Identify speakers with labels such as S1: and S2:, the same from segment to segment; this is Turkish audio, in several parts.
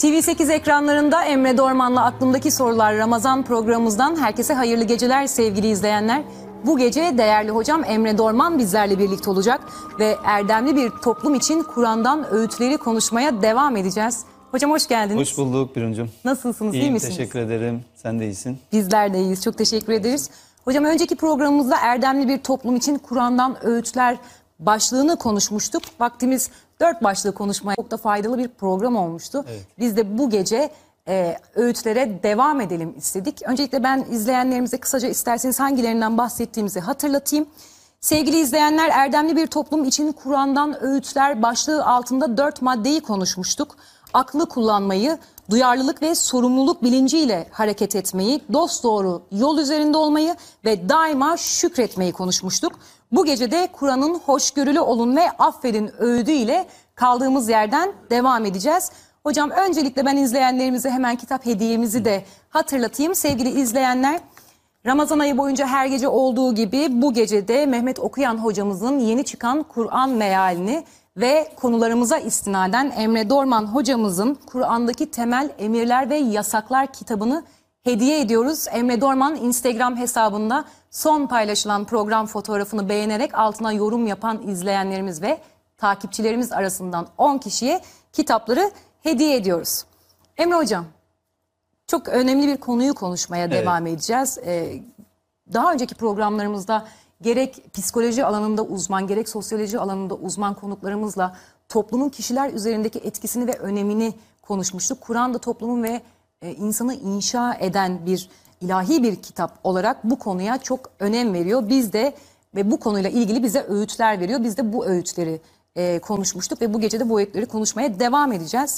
S1: TV8 ekranlarında Emre Dorman'la Aklımdaki Sorular Ramazan programımızdan herkese hayırlı geceler sevgili izleyenler. Bu gece değerli hocam Emre Dorman bizlerle birlikte olacak ve erdemli bir toplum için Kur'an'dan öğütleri konuşmaya devam edeceğiz. Hocam hoş geldiniz.
S2: Hoş bulduk Birun'cum.
S1: Nasılsınız,
S2: İyiyim,
S1: iyi misiniz?
S2: teşekkür ederim. Sen de iyisin.
S1: Bizler de iyiyiz, çok teşekkür ederiz. Hocam önceki programımızda erdemli bir toplum için Kur'an'dan öğütler başlığını konuşmuştuk. Vaktimiz 4 başlığı konuşmaya çok da faydalı bir program olmuştu.
S2: Evet.
S1: Biz de bu gece öğütlere devam edelim istedik. Öncelikle ben izleyenlerimize kısaca isterseniz hangilerinden bahsettiğimizi hatırlatayım. Sevgili izleyenler, erdemli bir toplum için Kur'an'dan öğütler başlığı altında 4 maddeyi konuşmuştuk. Aklı kullanmayı, duyarlılık ve sorumluluk bilinciyle hareket etmeyi, dosdoğru yol üzerinde olmayı ve daima şükretmeyi konuşmuştuk. Bu gece de Kur'an'ın hoşgörülü olun ve affedin öğüdüyle kaldığımız yerden devam edeceğiz. Hocam öncelikle ben izleyenlerimize hemen kitap hediyemizi de hatırlatayım. Sevgili izleyenler, Ramazan ayı boyunca her gece olduğu gibi bu gecede Mehmet Okuyan hocamızın yeni çıkan Kur'an mealini ve konularımıza istinaden Emre Dorman hocamızın Kur'an'daki temel emirler ve yasaklar kitabını hediye ediyoruz. Emre Dorman Instagram hesabında son paylaşılan program fotoğrafını beğenerek altına yorum yapan izleyenlerimiz ve takipçilerimiz arasından 10 kişiye kitapları hediye ediyoruz. Emre hocam, çok önemli bir konuyu konuşmaya devam edeceğiz. Daha önceki programlarımızda gerek psikoloji alanında uzman, gerek sosyoloji alanında uzman konuklarımızla toplumun kişiler üzerindeki etkisini ve önemini konuşmuştuk. Kur'an da toplumun ve insanı inşa eden bir ilahi bir kitap olarak bu konuya çok önem veriyor. Biz de ve bu konuyla ilgili bize öğütler veriyor. Biz de bu öğütleri konuşmuştuk ve bu gece de bu öğütleri konuşmaya devam edeceğiz.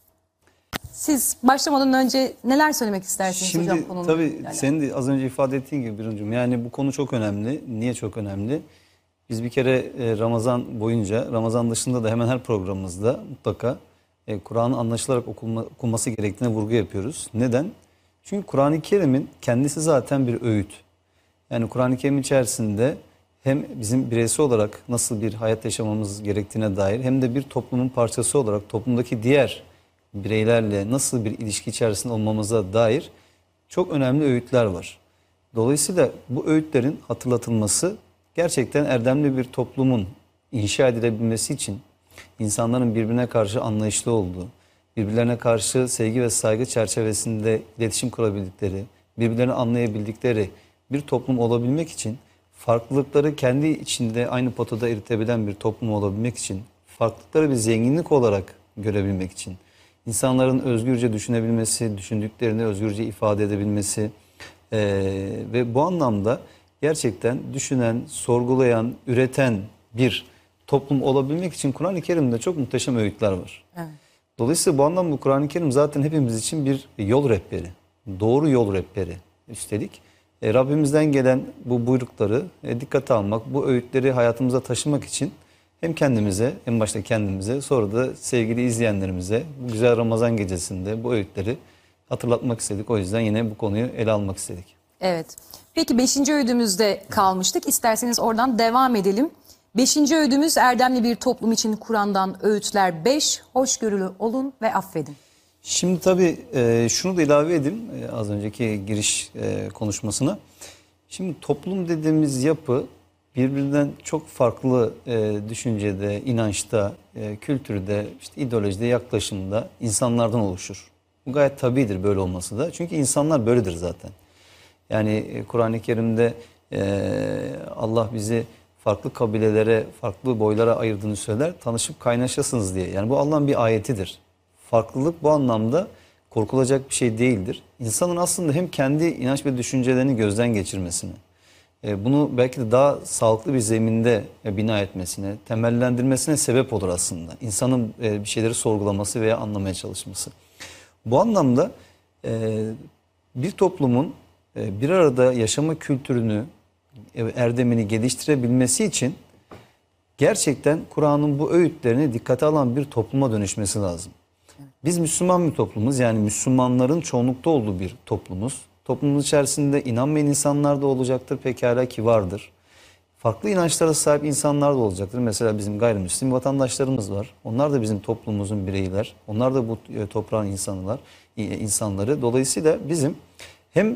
S1: Siz başlamadan önce neler söylemek istersiniz hocam konunun?
S2: Tabii senin de az önce ifade ettiğin gibi Birun'cum, yani bu konu çok önemli. Niye çok önemli? Biz bir kere Ramazan boyunca, Ramazan dışında da hemen her programımızda mutlaka Kur'an'ın anlaşılarak okunması gerektiğine vurgu yapıyoruz. Neden? Çünkü Kur'an-ı Kerim'in kendisi zaten bir öğüt. Yani Kur'an-ı Kerim içerisinde hem bizim bireysel olarak nasıl bir hayat yaşamamız gerektiğine dair hem de bir toplumun parçası olarak toplumdaki diğer bireylerle nasıl bir ilişki içerisinde olmamıza dair çok önemli öğütler var. Dolayısıyla bu öğütlerin hatırlatılması gerçekten erdemli bir toplumun inşa edilebilmesi için insanların birbirine karşı anlayışlı olduğu, birbirlerine karşı sevgi ve saygı çerçevesinde iletişim kurabildikleri, birbirlerini anlayabildikleri bir toplum olabilmek için, farklılıkları kendi içinde aynı potada eritebilen bir toplum olabilmek için, farklılıkları bir zenginlik olarak görebilmek için, İnsanların özgürce düşünebilmesi, düşündüklerini özgürce ifade edebilmesi ve bu anlamda gerçekten düşünen, sorgulayan, üreten bir toplum olabilmek için Kur'an-ı Kerim'de çok muhteşem öğütler var. Evet. Dolayısıyla bu anlamda Kur'an-ı Kerim zaten hepimiz için bir yol rehberi, doğru yol rehberi. Üstelik Rabbimizden gelen bu buyrukları dikkate almak, bu öğütleri hayatımıza taşımak için hem kendimize, en başta kendimize, sonra da sevgili izleyenlerimize bu güzel Ramazan gecesinde bu öğütleri hatırlatmak istedik. O yüzden yine bu konuyu ele almak istedik. Evet.
S1: Peki 5. öğüdümüzde kalmıştık. İsterseniz oradan devam edelim. 5. öğüdümüz erdemli bir toplum için Kur'an'dan öğütler 5. Hoşgörülü olun ve affedin.
S2: Şimdi tabii şunu da ilave edeyim az önceki giriş konuşmasına. Şimdi toplum dediğimiz yapı birbirinden çok farklı düşüncede, inançta, kültürde, işte ideolojide, yaklaşımda insanlardan oluşur. Bu gayet tabidir böyle olması da. Çünkü insanlar böyledir zaten. Yani Kur'an-ı Kerim'de Allah bizi farklı kabilelere, farklı boylara ayırdığını söyler. Tanışıp kaynaşasınız diye. Yani bu Allah'ın bir ayetidir. Farklılık bu anlamda korkulacak bir şey değildir. İnsanın aslında hem kendi inanç ve düşüncelerini gözden geçirmesini, bunu belki de daha sağlıklı bir zeminde bina etmesine, temellendirmesine sebep olur aslında. İnsanın bir şeyleri sorgulaması veya anlamaya çalışması. Bu anlamda bir toplumun bir arada yaşama kültürünü, erdemini geliştirebilmesi için gerçekten Kur'an'ın bu öğütlerini dikkate alan bir topluma dönüşmesi lazım. Biz Müslüman bir toplumuz, yani Müslümanların çoğunlukta olduğu bir toplumuz. Toplumun içerisinde inanmayan insanlar da olacaktır, pekala ki vardır. Farklı inançlara sahip insanlar da olacaktır. Mesela bizim gayrimüslim vatandaşlarımız var. Onlar da bizim toplumumuzun bireyler. Onlar da bu toprağın insanları. Dolayısıyla bizim hem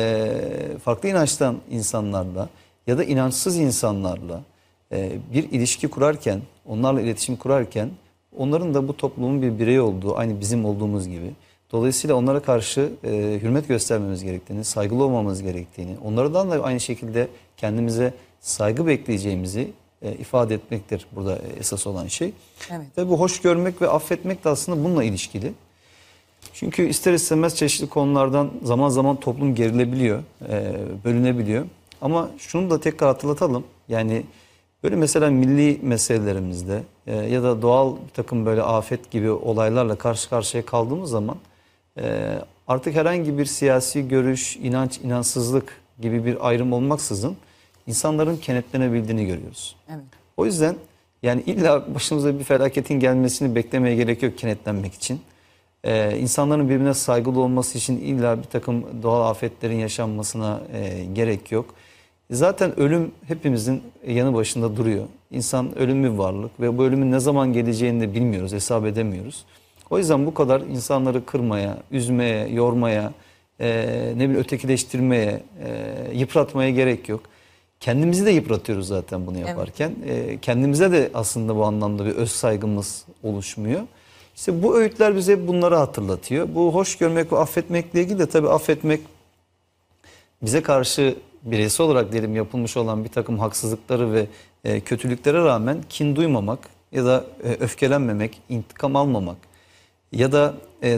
S2: farklı inançtan insanlarla ya da inançsız insanlarla bir ilişki kurarken, onlarla iletişim kurarken onların da bu toplumun bir bireyi olduğu, aynı bizim olduğumuz gibi. Dolayısıyla onlara karşı hürmet göstermemiz gerektiğini, saygılı olmamız gerektiğini, onlardan da aynı şekilde kendimize saygı bekleyeceğimizi ifade etmektir burada esas olan şey.
S1: Evet.
S2: Ve bu hoş görmek ve affetmek de aslında bununla ilişkili. Çünkü ister istemez çeşitli konulardan zaman zaman toplum gerilebiliyor, bölünebiliyor. Ama şunu da tekrar hatırlatalım. Yani böyle mesela milli meselelerimizde ya da doğal bir takım böyle afet gibi olaylarla karşı karşıya kaldığımız zaman artık herhangi bir siyasi görüş, inanç, inançsızlık gibi bir ayrım olmaksızın insanların kenetlenebildiğini görüyoruz.
S1: Evet.
S2: O yüzden yani illa başımıza bir felaketin gelmesini beklemeye gerek yok kenetlenmek için. İnsanların birbirine saygılı olması için illa bir takım doğal afetlerin yaşanmasına gerek yok. Zaten ölüm hepimizin yanı başında duruyor. İnsan ölümlü bir varlık ve bu ölümün ne zaman geleceğini de bilmiyoruz, hesap edemiyoruz. O yüzden bu kadar insanları kırmaya, üzmeye, yormaya, ne bileyim ötekileştirmeye, yıpratmaya gerek yok. Kendimizi de yıpratıyoruz zaten bunu yaparken. Evet. Kendimize de aslında bu anlamda bir öz saygımız oluşmuyor. İşte bu öğütler bize bunları hatırlatıyor. Bu hoş görmek ve affetmekle ilgili de tabii affetmek bize karşı bireysel olarak diyelim yapılmış olan bir takım haksızlıkları ve kötülüklere rağmen kin duymamak ya da öfkelenmemek, intikam almamak ya da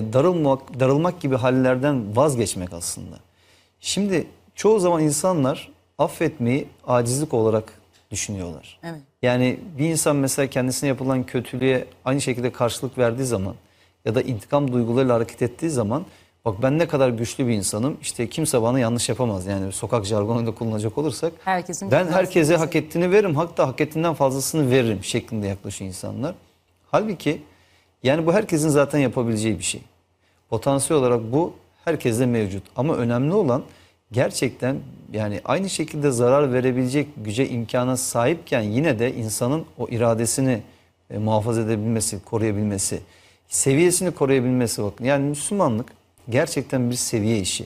S2: darılmak gibi hallerden vazgeçmek aslında. Şimdi çoğu zaman insanlar affetmeyi acizlik olarak düşünüyorlar.
S1: Evet.
S2: Yani bir insan mesela kendisine yapılan kötülüğe aynı şekilde karşılık verdiği zaman ya da intikam duygularıyla hareket ettiği zaman bak ben ne kadar güçlü bir insanım, işte kimse bana yanlış yapamaz. Yani sokak jargonuyla kullanacak olursak ben herkese hak ettiğini veririm, hatta hak ettiğinden fazlasını veririm şeklinde yaklaşıyor insanlar. Halbuki yani bu herkesin zaten yapabileceği bir şey. Potansiyel olarak bu herkeste mevcut ama önemli olan gerçekten yani aynı şekilde zarar verebilecek güce, imkana sahipken yine de insanın o iradesini muhafaza edebilmesi, koruyabilmesi, seviyesini koruyabilmesi. Bakın yani Müslümanlık gerçekten bir seviye işi.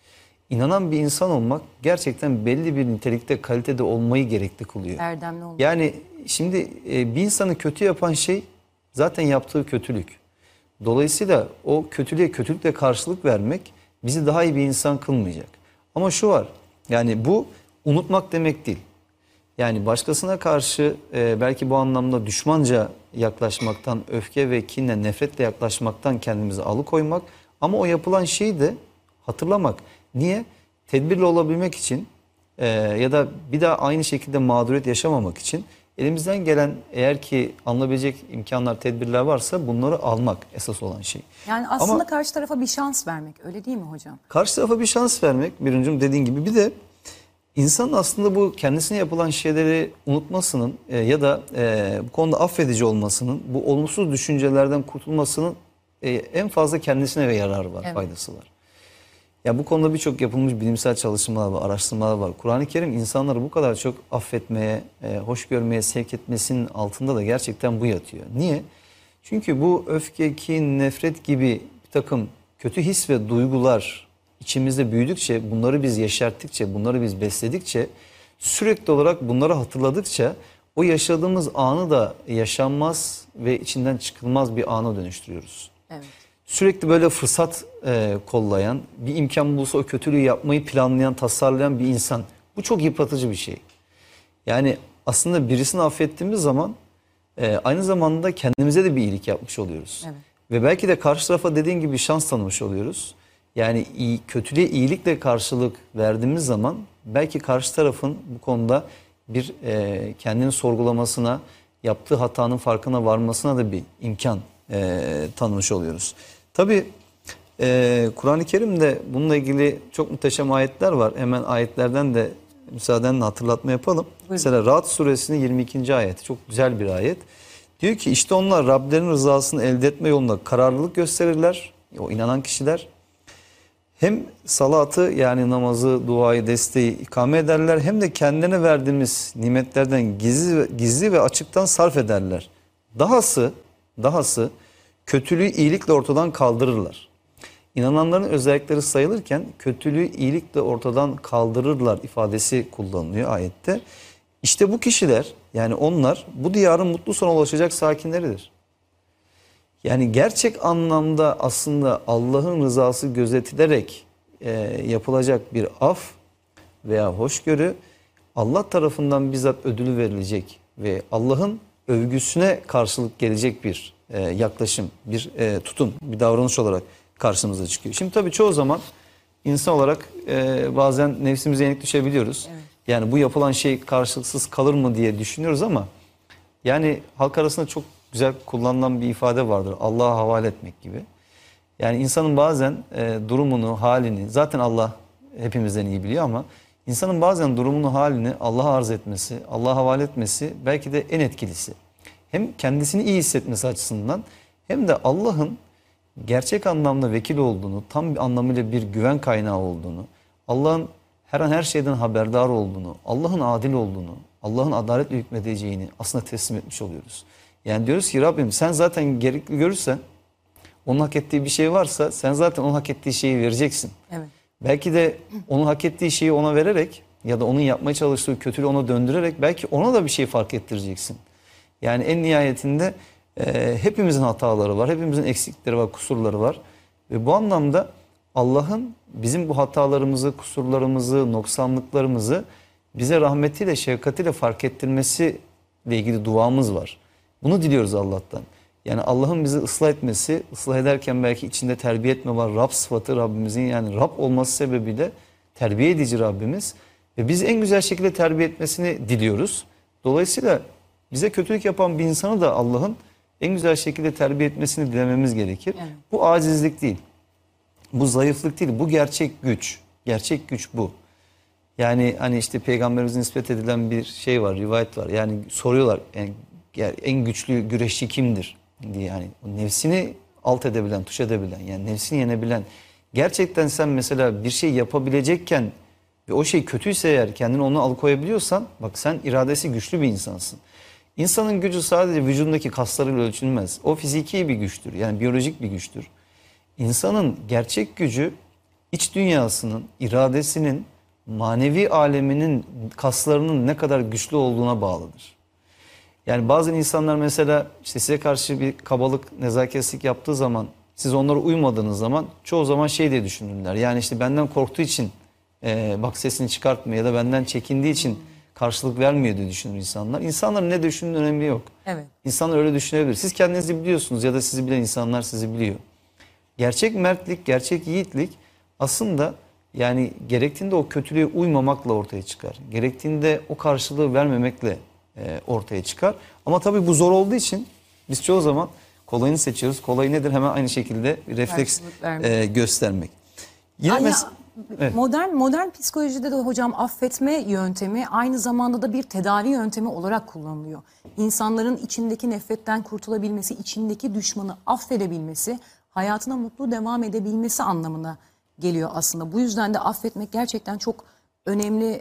S2: İnanan bir insan olmak gerçekten belli bir nitelikte, kalitede olmayı gerekli kılıyor.
S1: Erdemli olmak.
S2: Yani şimdi bir insanı kötü yapan şey zaten yaptığı kötülük. Dolayısıyla o kötülüğe kötülükle karşılık vermek bizi daha iyi bir insan kılmayacak. Ama şu var, yani bu unutmak demek değil. Yani başkasına karşı belki bu anlamda düşmanca yaklaşmaktan, öfke ve kinle, nefretle yaklaşmaktan kendimizi alıkoymak. Ama o yapılan şeyi de hatırlamak. Niye? Tedbirli olabilmek için ya da bir daha aynı şekilde mağduriyet yaşamamak için elimizden gelen eğer ki alınabilecek imkanlar, tedbirler varsa bunları almak esas olan şey.
S1: Yani aslında
S2: ama
S1: karşı tarafa bir şans vermek, öyle değil mi hocam?
S2: Karşı tarafa bir şans vermek, birincim dediğin gibi, bir de insanın aslında bu kendisine yapılan şeyleri unutmasının ya da bu konuda affedici olmasının, bu olumsuz düşüncelerden kurtulmasının en fazla kendisine yararı var,
S1: evet,
S2: faydası var. Ya bu konuda birçok yapılmış bilimsel çalışmalar var, araştırmalar var. Kur'an-ı Kerim insanları bu kadar çok affetmeye, hoş görmeye sevk etmesinin altında da gerçekten bu yatıyor. Niye? Çünkü bu öfke, kin, nefret gibi bir takım kötü his ve duygular içimizde büyüdükçe, bunları biz yeşerttikçe, bunları biz besledikçe, sürekli olarak bunları hatırladıkça o yaşadığımız anı da yaşanmaz ve içinden çıkılmaz bir ana dönüştürüyoruz.
S1: Evet.
S2: Sürekli böyle fırsat kollayan, bir imkan bulsa o kötülüğü yapmayı planlayan, tasarlayan bir insan. Bu çok yıpratıcı bir şey. Yani aslında birisini affettiğimiz zaman aynı zamanda kendimize de bir iyilik yapmış oluyoruz.
S1: Evet.
S2: Ve belki de karşı tarafa dediğin gibi şans tanımış oluyoruz. Yani kötülüğe iyilikle karşılık verdiğimiz zaman belki karşı tarafın bu konuda bir kendini sorgulamasına, yaptığı hatanın farkına varmasına da bir imkan tanımış oluyoruz. Tabii Kur'an-ı Kerim'de bununla ilgili çok muhteşem ayetler var. Hemen ayetlerden de müsaadenle hatırlatma yapalım. Buyurun. Mesela Ra'd suresinin 22. ayeti çok güzel bir ayet. Diyor ki işte onlar Rablerinin rızasını elde etme yolunda kararlılık gösterirler. O inanan kişiler. hem salatı yani namazı, duayı, desteği ikame ederler hem de kendine verdiğimiz nimetlerden gizli ve açıktan sarf ederler. Dahası kötülüğü iyilikle ortadan kaldırırlar. İnananların özellikleri sayılırken kötülüğü iyilikle ortadan kaldırırlar ifadesi kullanılıyor ayette. İşte bu kişiler yani onlar bu diyarın mutlu sona ulaşacak sakinleridir. Yani gerçek anlamda aslında Allah'ın rızası gözetilerek yapılacak bir af veya hoşgörü Allah tarafından bizzat ödülü verilecek ve Allah'ın övgüsüne karşılık gelecek bir yaklaşım, bir tutum, bir davranış olarak karşımıza çıkıyor. Şimdi tabii çoğu zaman insan olarak bazen nefsimize yenik düşebiliyoruz. Evet. Yani bu yapılan şey karşılıksız kalır mı diye düşünüyoruz ama yani halk arasında çok güzel kullanılan bir ifade vardır. Allah'a havale etmek gibi. Yani insanın bazen durumunu, halini zaten Allah hepimizden iyi biliyor ama insanın bazen durumunu, halini Allah'a arz etmesi, Allah'a havale etmesi belki de en etkilisi. Hem kendisini iyi hissetmesi açısından hem de Allah'ın gerçek anlamda vekil olduğunu, tam bir anlamıyla bir güven kaynağı olduğunu, Allah'ın her an her şeyden haberdar olduğunu, Allah'ın adil olduğunu, Allah'ın adaletle hükmedeceğini aslında teslim etmiş oluyoruz. Yani diyoruz ki Rabbim sen zaten gerekli görürsen, onun hak ettiği bir şey varsa sen zaten onun hak ettiği şeyi vereceksin. Evet. Belki de onun hak ettiği şeyi ona vererek ya da onun yapmaya çalıştığı kötülüğü ona döndürerek belki ona da bir şey fark ettireceksin. Yani en nihayetinde hepimizin hataları var, hepimizin eksiklikleri var, kusurları var. Ve bu anlamda Allah'ın bizim bu hatalarımızı, kusurlarımızı, noksanlıklarımızı bize rahmetiyle, şefkatiyle fark ettirmesiyle ilgili duamız var. Bunu diliyoruz Allah'tan. Yani Allah'ın bizi ıslah etmesi, ıslah ederken belki içinde terbiye etme var. Rab sıfatı Rabbimizin yani Rab olması sebebiyle terbiye edici Rabbimiz. Ve bizi en güzel şekilde terbiye etmesini diliyoruz. Dolayısıyla bize kötülük yapan bir insanı da Allah'ın en güzel şekilde terbiye etmesini dilememiz gerekir. Evet. Bu acizlik değil. Bu zayıflık değil. Bu gerçek güç. Gerçek güç bu. Yani hani işte peygamberimize nispet edilen bir şey var, rivayet var. Yani soruyorlar yani en güçlü güreşçi kimdir diye. Yani nefsini alt edebilen, tuş edebilen, yani nefsini yenebilen. Gerçekten sen mesela bir şey yapabilecekken ve o şey kötüyse eğer kendini ona alıkoyabiliyorsan bak sen iradesi güçlü bir insansın. İnsanın gücü sadece vücudundaki kaslarıyla ölçülmez. O fiziki bir güçtür. Yani biyolojik bir güçtür. İnsanın gerçek gücü iç dünyasının, iradesinin, manevi aleminin kaslarının ne kadar güçlü olduğuna bağlıdır. Yani bazı insanlar mesela işte size karşı bir kabalık, nezaketsizlik yaptığı zaman siz onlara uymadığınız zaman çoğu zaman şey diye düşünürler. Yani işte benden korktuğu için bak sesini çıkartmıyor ya da benden çekindiği için karşılık vermiyor diye düşünür insanlar. İnsanların ne düşündüğünün önemi yok. Evet. İnsanlar öyle düşünebilir. Siz kendinizi biliyorsunuz ya da sizi bilen insanlar sizi biliyor. Gerçek mertlik, gerçek yiğitlik aslında yani gerektiğinde o kötülüğe uymamakla ortaya çıkar. Gerektiğinde o karşılığı vermemekle ortaya çıkar. Ama tabii bu zor olduğu için biz çoğu zaman kolayını seçiyoruz. Kolay nedir? Hemen aynı şekilde refleks göstermek. Yine
S1: evet. Modern psikolojide de hocam affetme yöntemi aynı zamanda da bir tedavi yöntemi olarak kullanılıyor. İnsanların içindeki nefretten kurtulabilmesi, içindeki düşmanı affedebilmesi, hayatına mutlu devam edebilmesi anlamına geliyor aslında. Bu yüzden de affetmek gerçekten çok önemli.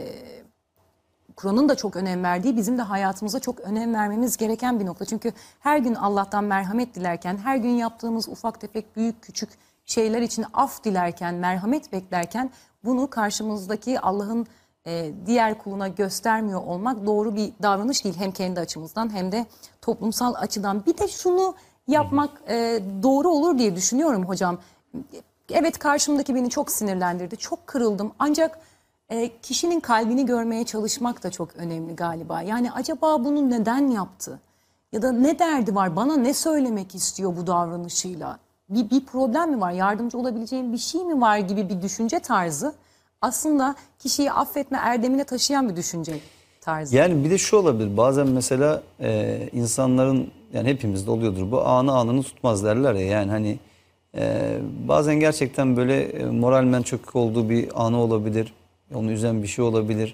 S1: Kur'an'ın da çok önem verdiği, bizim de hayatımıza çok önem vermemiz gereken bir nokta. Çünkü her gün Allah'tan merhamet dilerken, her gün yaptığımız ufak tefek, büyük küçük şeyler için af dilerken, merhamet beklerken bunu karşımızdaki Allah'ın diğer kuluna göstermiyor olmak doğru bir davranış değil. Hem kendi açımızdan hem de toplumsal açıdan. Bir de şunu yapmak doğru olur diye düşünüyorum hocam. Evet, karşımdaki beni çok sinirlendirdi, çok kırıldım ancak kişinin kalbini görmeye çalışmak da çok önemli galiba. Yani acaba bunu neden yaptı? Ya da ne derdi var? Bana ne söylemek istiyor bu davranışıyla? Bir problem mi var? Yardımcı olabileceğim bir şey mi var gibi bir düşünce tarzı aslında kişiyi affetme erdemine taşıyan bir düşünce tarzı.
S2: Yani bir de şu olabilir. Bazen mesela insanların yani hepimizde oluyordur. Bu anını tutmaz derler ya. Yani hani bazen gerçekten böyle moralmen çökük olduğu bir anı olabilir. Onu üzen bir şey olabilir.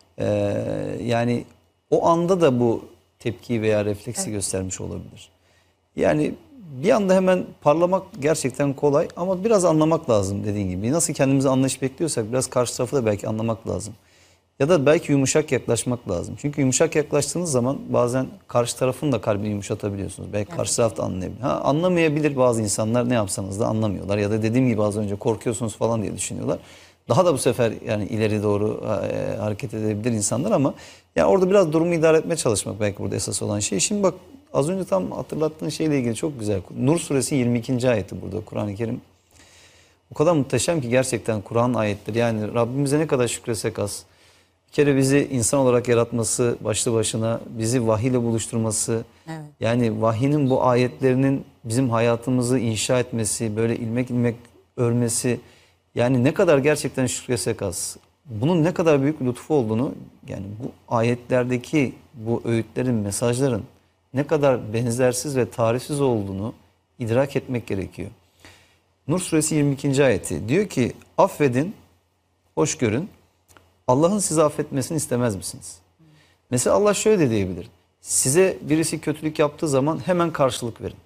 S2: Yani o anda da bu tepkiyi veya refleksi göstermiş olabilir. Yani bir anda hemen parlamak gerçekten kolay ama biraz anlamak lazım dediğin gibi. Nasıl kendimize anlayış bekliyorsak biraz karşı tarafı da belki anlamak lazım. Ya da belki yumuşak yaklaşmak lazım. Çünkü yumuşak yaklaştığınız zaman bazen karşı tarafın da kalbini yumuşatabiliyorsunuz. Belki karşı taraf da anlayabilir. Ha, anlamayabilir bazı insanlar, ne yapsanız da anlamıyorlar. Ya da dediğim gibi az önce korkuyorsunuz falan diye düşünüyorlar. Daha da bu sefer yani ileri doğru hareket edebilir insanlar ama yani orada biraz durumu idare etmeye çalışmak belki burada esas olan şey. Şimdi bak, az önce tam hatırlattığın şeyle ilgili çok güzel. Nur suresi 22. ayeti burada Kur'an-ı Kerim. O kadar muhteşem ki gerçekten Kur'an ayetleri. Yani Rabbimize ne kadar şükretsek az. Bir kere bizi insan olarak yaratması başlı başına, bizi vahiy ile buluşturması,
S1: Evet.
S2: yani vahinin bu ayetlerinin bizim hayatımızı inşa etmesi, böyle ilmek ilmek örmesi, yani ne kadar gerçekten şükretsek az. Bunun ne kadar büyük bir lütfu olduğunu, yani bu ayetlerdeki bu öğütlerin, mesajların ne kadar benzersiz ve tarifsiz olduğunu idrak etmek gerekiyor. Nur suresi 22. ayeti diyor ki, affedin, hoş görün. Allah'ın sizi affetmesini istemez misiniz? Mesela Allah şöyle de diyebilir. Size birisi kötülük yaptığı zaman hemen karşılık verin.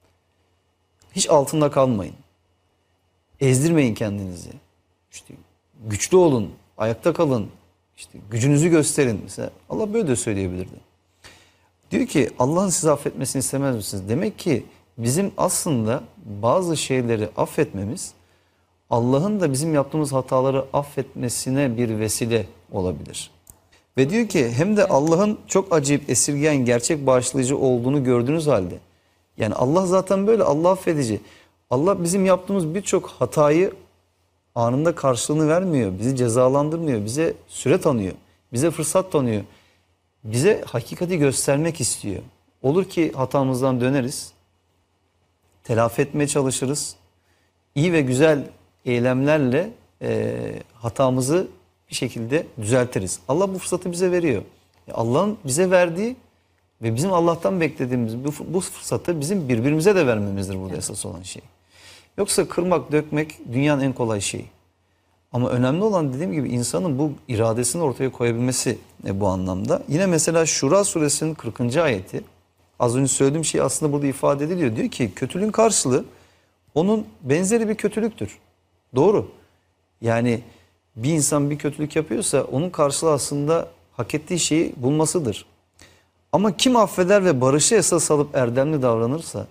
S2: Hiç altında kalmayın. Ezdirmeyin kendinizi. İşte güçlü olun, ayakta kalın. İşte gücünüzü gösterin. Mesela Allah böyle de söyleyebilirdi. Diyor ki Allah'ın sizi affetmesini istemez misiniz? Demek ki bizim aslında bazı şeyleri affetmemiz Allah'ın da bizim yaptığımız hataları affetmesine bir vesile olabilir. Ve diyor ki hem de Allah'ın çok acayip, esirgeyen, gerçek bağışlayıcı olduğunu gördüğünüz halde. Yani Allah zaten böyle, Allah affedici. Allah bizim yaptığımız birçok hatayı anında karşılığını vermiyor. Bizi cezalandırmıyor. Bize süre tanıyor. Bize fırsat tanıyor. Bize hakikati göstermek istiyor. Olur ki hatamızdan döneriz. Telafi etmeye çalışırız. İyi ve güzel eylemlerle hatamızı bir şekilde düzeltiriz. Allah bu fırsatı bize veriyor. Allah'ın bize verdiği ve bizim Allah'tan beklediğimiz bu fırsatı bizim birbirimize de vermemizdir burada esas olan şey. Yoksa kırmak, dökmek dünyanın en kolay şeyi. Ama önemli olan, dediğim gibi, insanın bu iradesini ortaya koyabilmesi bu anlamda. Yine mesela Şura suresinin 40. ayeti, az önce söylediğim şey aslında burada ifade ediliyor. Diyor ki kötülüğün karşılığı onun benzeri bir kötülüktür. Doğru. Yani bir insan bir kötülük yapıyorsa onun karşılığı aslında hak ettiği şeyi bulmasıdır. Ama kim affeder ve barışı esas alıp erdemli davranırsa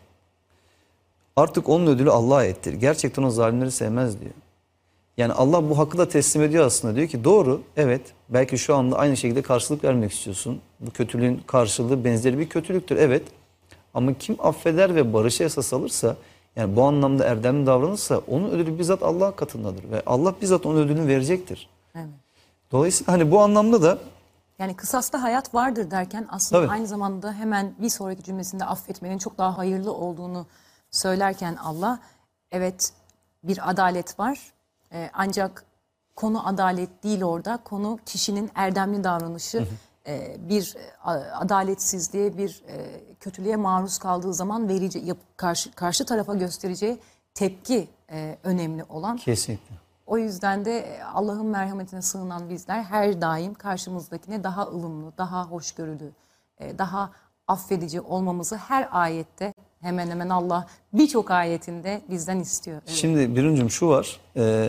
S2: artık onun ödülü Allah'a aittir. Gerçekten o zalimleri sevmez diyor. Yani Allah bu hakkı da teslim ediyor aslında. Diyor ki doğru, evet, belki şu anda aynı şekilde karşılık vermek istiyorsun. Bu kötülüğün karşılığı benzeri bir kötülüktür, evet. Ama kim affeder ve barışı esas alırsa, yani bu anlamda erdemli davranırsa onun ödülü bizzat Allah katındadır. Ve Allah bizzat onun ödülünü verecektir. Evet. Dolayısıyla hani bu anlamda da
S1: yani kısasta hayat vardır derken aslında
S2: tabii,
S1: aynı zamanda hemen bir sonraki cümlesinde affetmenin çok daha hayırlı olduğunu söylerken Allah, evet, bir adalet var. Ancak konu adalet değil orada. Konu kişinin erdemli davranışı. Bir adaletsizliğe, bir kötülüğe maruz kaldığı zaman karşı tarafa göstereceği tepki önemli olan.
S2: kesinlikle.
S1: O yüzden de Allah'ın merhametine sığınan bizler her daim karşımızdakine daha ılımlı, daha hoşgörülü, daha affedici olmamızı her ayette, hemen hemen Allah birçok ayetinde bizden istiyor. Evet.
S2: Şimdi Birüncüm şu var,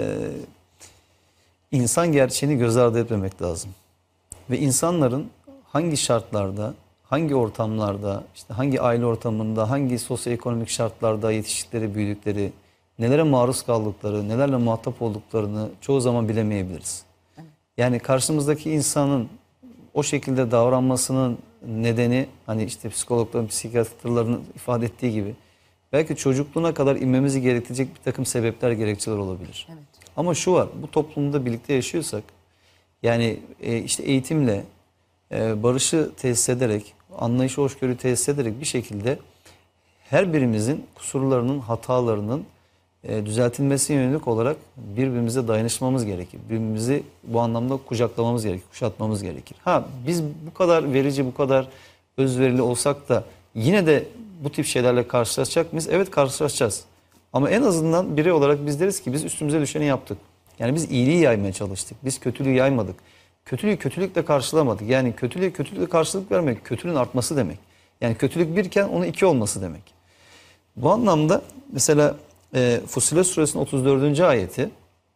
S2: insan gerçeğini göz ardı etmemek lazım. Ve insanların hangi şartlarda, hangi ortamlarda, işte hangi aile ortamında, hangi sosyoekonomik şartlarda yetiştikleri, büyüdükleri, nelere maruz kaldıkları, nelerle muhatap olduklarını çoğu zaman bilemeyebiliriz. Evet. Yani karşımızdaki insanın o şekilde davranmasının nedeni, hani işte psikologların, psikiyatrların ifade ettiği gibi, belki çocukluğuna kadar inmemizi gerektirecek bir takım sebepler, gerekçeler olabilir. Evet. Ama şu var, bu toplumda birlikte yaşıyorsak, yani işte eğitimle, barışı tesis ederek, anlayışı, hoşgörüyü tesis ederek bir şekilde her birimizin kusurlarının, hatalarının düzeltilmesine yönelik olarak birbirimize dayanışmamız gerekir. Birbirimizi bu anlamda kucaklamamız gerekir, kuşatmamız gerekir. Ha, biz bu kadar verici, bu kadar özverili olsak da yine de bu tip şeylerle karşılaşacak mıyız? Evet, karşılaşacağız. Ama en azından birey olarak biz deriz ki biz üstümüze düşeni yaptık. Yani biz iyiliği yaymaya çalıştık. Biz kötülüğü yaymadık. Kötülüğü kötülükle karşılamadık. Yani kötülüğe kötülükle karşılık vermek kötülüğün artması demek. Yani kötülük birken onun iki olması demek. Bu anlamda mesela Fussilet Suresinin 34. ayeti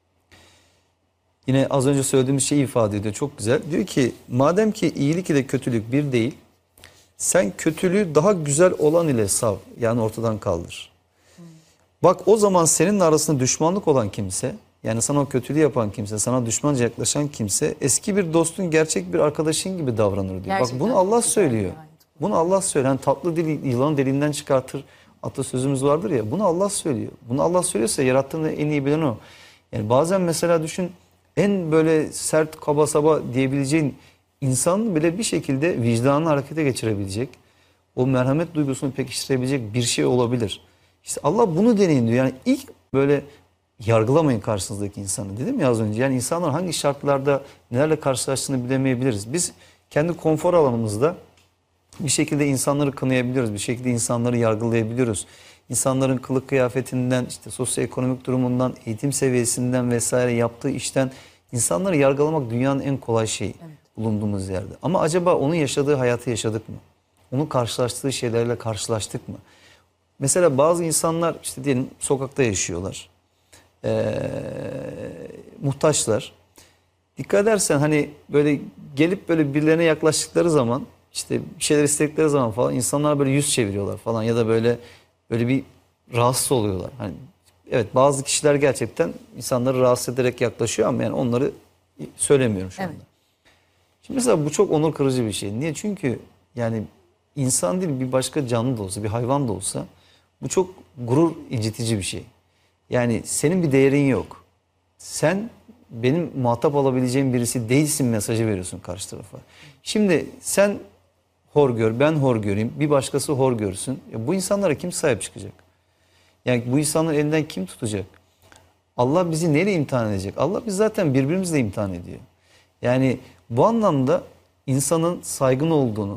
S2: yine az önce söylediğimiz şeyi ifade ediyor. Çok güzel. Diyor ki madem ki iyilik ile kötülük bir değil, sen kötülüğü daha güzel olan ile sav. Yani ortadan kaldır. Bak o zaman seninle arasında düşmanlık olan kimse, yani sana o kötülüğü yapan kimse, sana düşmanca yaklaşan kimse eski bir dostun, gerçek bir arkadaşın gibi davranır diyor.
S1: Gerçekten
S2: Bak bunu Allah
S1: güzel
S2: söylüyor.
S1: bir ayet.
S2: Bunu Allah söylüyor. Yani tatlı dil yılanı deliğinden çıkartır atasözümüz vardır ya. Bunu Allah söylüyor. Bunu Allah söylüyorsa yarattığını en iyi bilen o. Yani bazen mesela düşün, en böyle sert, kaba saba diyebileceğin insanın bile bir şekilde vicdanını harekete geçirebilecek, o merhamet duygusunu pekiştirebilecek bir şey olabilir. İşte Allah bunu deneyin diyor. Yani ilk böyle yargılamayın karşınızdaki insanı, dedim ya az önce. Yani insanlar hangi şartlarda nelerle karşılaştığını bilemeyebiliriz. Biz kendi konfor alanımızda bir şekilde insanları kınayabiliyoruz. Bir şekilde insanları yargılayabiliyoruz. İnsanların kılık kıyafetinden, işte sosyoekonomik durumundan, eğitim seviyesinden vesaire yaptığı işten insanları yargılamak dünyanın en kolay şeyi bulunduğumuz yerde. Ama acaba onun yaşadığı hayatı yaşadık mı? Onun karşılaştığı şeylerle karşılaştık mı? Mesela bazı insanlar işte diyelim sokakta yaşıyorlar. Muhtaçlar. Dikkat edersen hani böyle gelip böyle birilerine yaklaştıkları zaman, işte bir şeyler istedikleri zaman falan insanlar böyle yüz çeviriyorlar falan ya da böyle bir rahatsız oluyorlar. Hani evet, bazı kişiler gerçekten insanları rahatsız ederek yaklaşıyor ama yani onları söylemiyorum şu anda.
S1: Evet.
S2: Şimdi mesela bu çok onur kırıcı bir şey. Niye? Çünkü yani insan değil, bir başka canlı da olsa, bir hayvan da olsa bu çok gurur incitici bir şey. Yani senin bir değerin yok. Sen benim muhatap alabileceğim birisi değilsin mesajı veriyorsun karşı tarafa. Şimdi sen hor gör, ben hor göreyim, bir başkası hor görsün. Ya bu insanlara kim sahip çıkacak? Yani bu insanların elinden kim tutacak? Allah bizi neyle imtihan edecek? Allah bizi zaten birbirimizle imtihan ediyor. Yani bu anlamda insanın saygın olduğunu,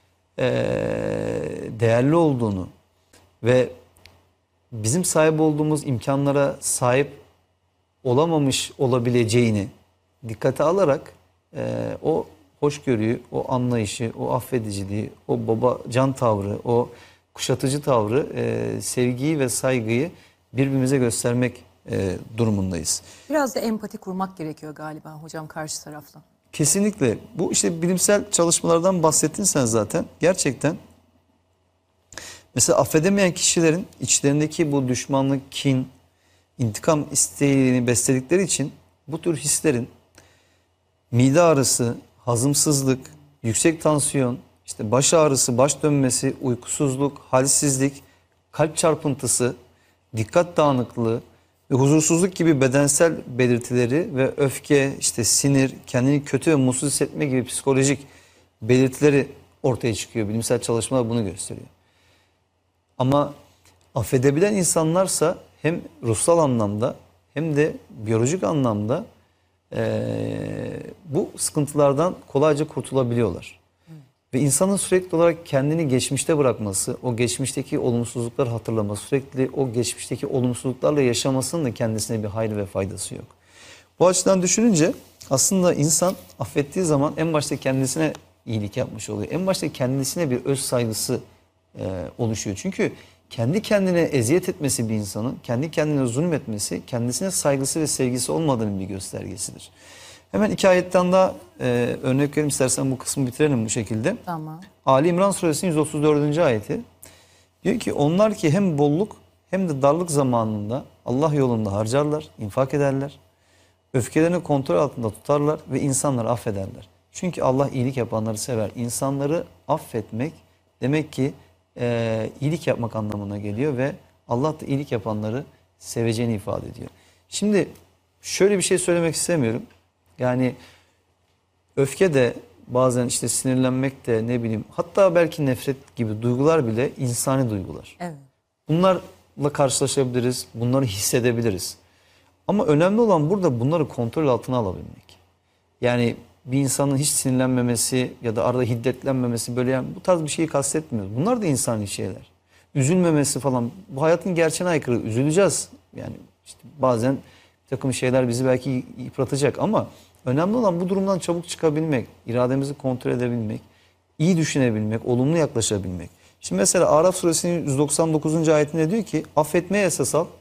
S2: değerli olduğunu ve bizim sahip olduğumuz imkanlara sahip olamamış olabileceğini dikkate alarak o hoşgörüyü, o anlayışı, o affediciliği, o babacan tavrı, o kuşatıcı tavrı, sevgiyi ve saygıyı birbirimize göstermek durumundayız.
S1: Biraz da empati kurmak gerekiyor galiba hocam karşı tarafla.
S2: Kesinlikle. Bu işte bilimsel çalışmalardan bahsettin sen zaten. Gerçekten mesela affedemeyen kişilerin içlerindeki bu düşmanlık, kin, intikam isteğini besledikleri için bu tür hislerin mide ağrısı, hazımsızlık, yüksek tansiyon, işte baş ağrısı, baş dönmesi, uykusuzluk, halsizlik, kalp çarpıntısı, dikkat dağınıklığı ve huzursuzluk gibi bedensel belirtileri ve öfke, işte sinir, kendini kötü ve mutsuz hissetme gibi psikolojik belirtileri ortaya çıkıyor. Bilimsel çalışmalar bunu gösteriyor. Ama affedebilen insanlarsa hem ruhsal anlamda hem de biyolojik anlamda bu sıkıntılardan kolayca kurtulabiliyorlar. Ve insanın sürekli olarak kendini geçmişte bırakması, o geçmişteki olumsuzlukları hatırlaması, sürekli o geçmişteki olumsuzluklarla yaşamasının da kendisine bir hayır ve faydası yok. Bu açıdan düşününce aslında insan affettiği zaman en başta kendisine iyilik yapmış oluyor. En başta kendisine bir öz saygısı oluşuyor. Çünkü kendi kendine eziyet etmesi bir insanın, kendi kendine zulmetmesi, kendisine saygısı ve sevgisi olmadığının bir göstergesidir. Hemen iki ayetten daha örnek vereyim, istersen bu kısmı bitirelim bu şekilde.
S1: Tamam.
S2: Ali İmran Suresinin 134. ayeti diyor ki onlar ki hem bolluk hem de darlık zamanında Allah yolunda harcarlar, infak ederler. Öfkelerini kontrol altında tutarlar ve insanları affederler. Çünkü Allah iyilik yapanları sever. İnsanları affetmek demek ki iyilik yapmak anlamına geliyor ve Allah da iyilik yapanları seveceğini ifade ediyor. Şimdi şöyle bir şey söylemek istemiyorum. Yani öfke de bazen işte sinirlenmek de ne bileyim, hatta belki nefret gibi duygular bile insani duygular.
S1: Evet.
S2: Bunlarla karşılaşabiliriz, bunları hissedebiliriz. Ama önemli olan burada bunları kontrol altına alabilmek. Yani bir insanın hiç sinirlenmemesi ya da arada hiddetlenmemesi, böyle yani bu tarz bir şeyi kastetmiyoruz. Bunlar da insani şeyler. Üzülmemesi falan, bu hayatın gerçeğine aykırı. Üzüleceğiz. Yani işte bazen bir takım şeyler bizi belki yıpratacak ama önemli olan bu durumdan çabuk çıkabilmek, irademizi kontrol edebilmek, iyi düşünebilmek, olumlu yaklaşabilmek. Şimdi mesela Araf suresinin 199. ayetinde diyor ki affetmeye esas al,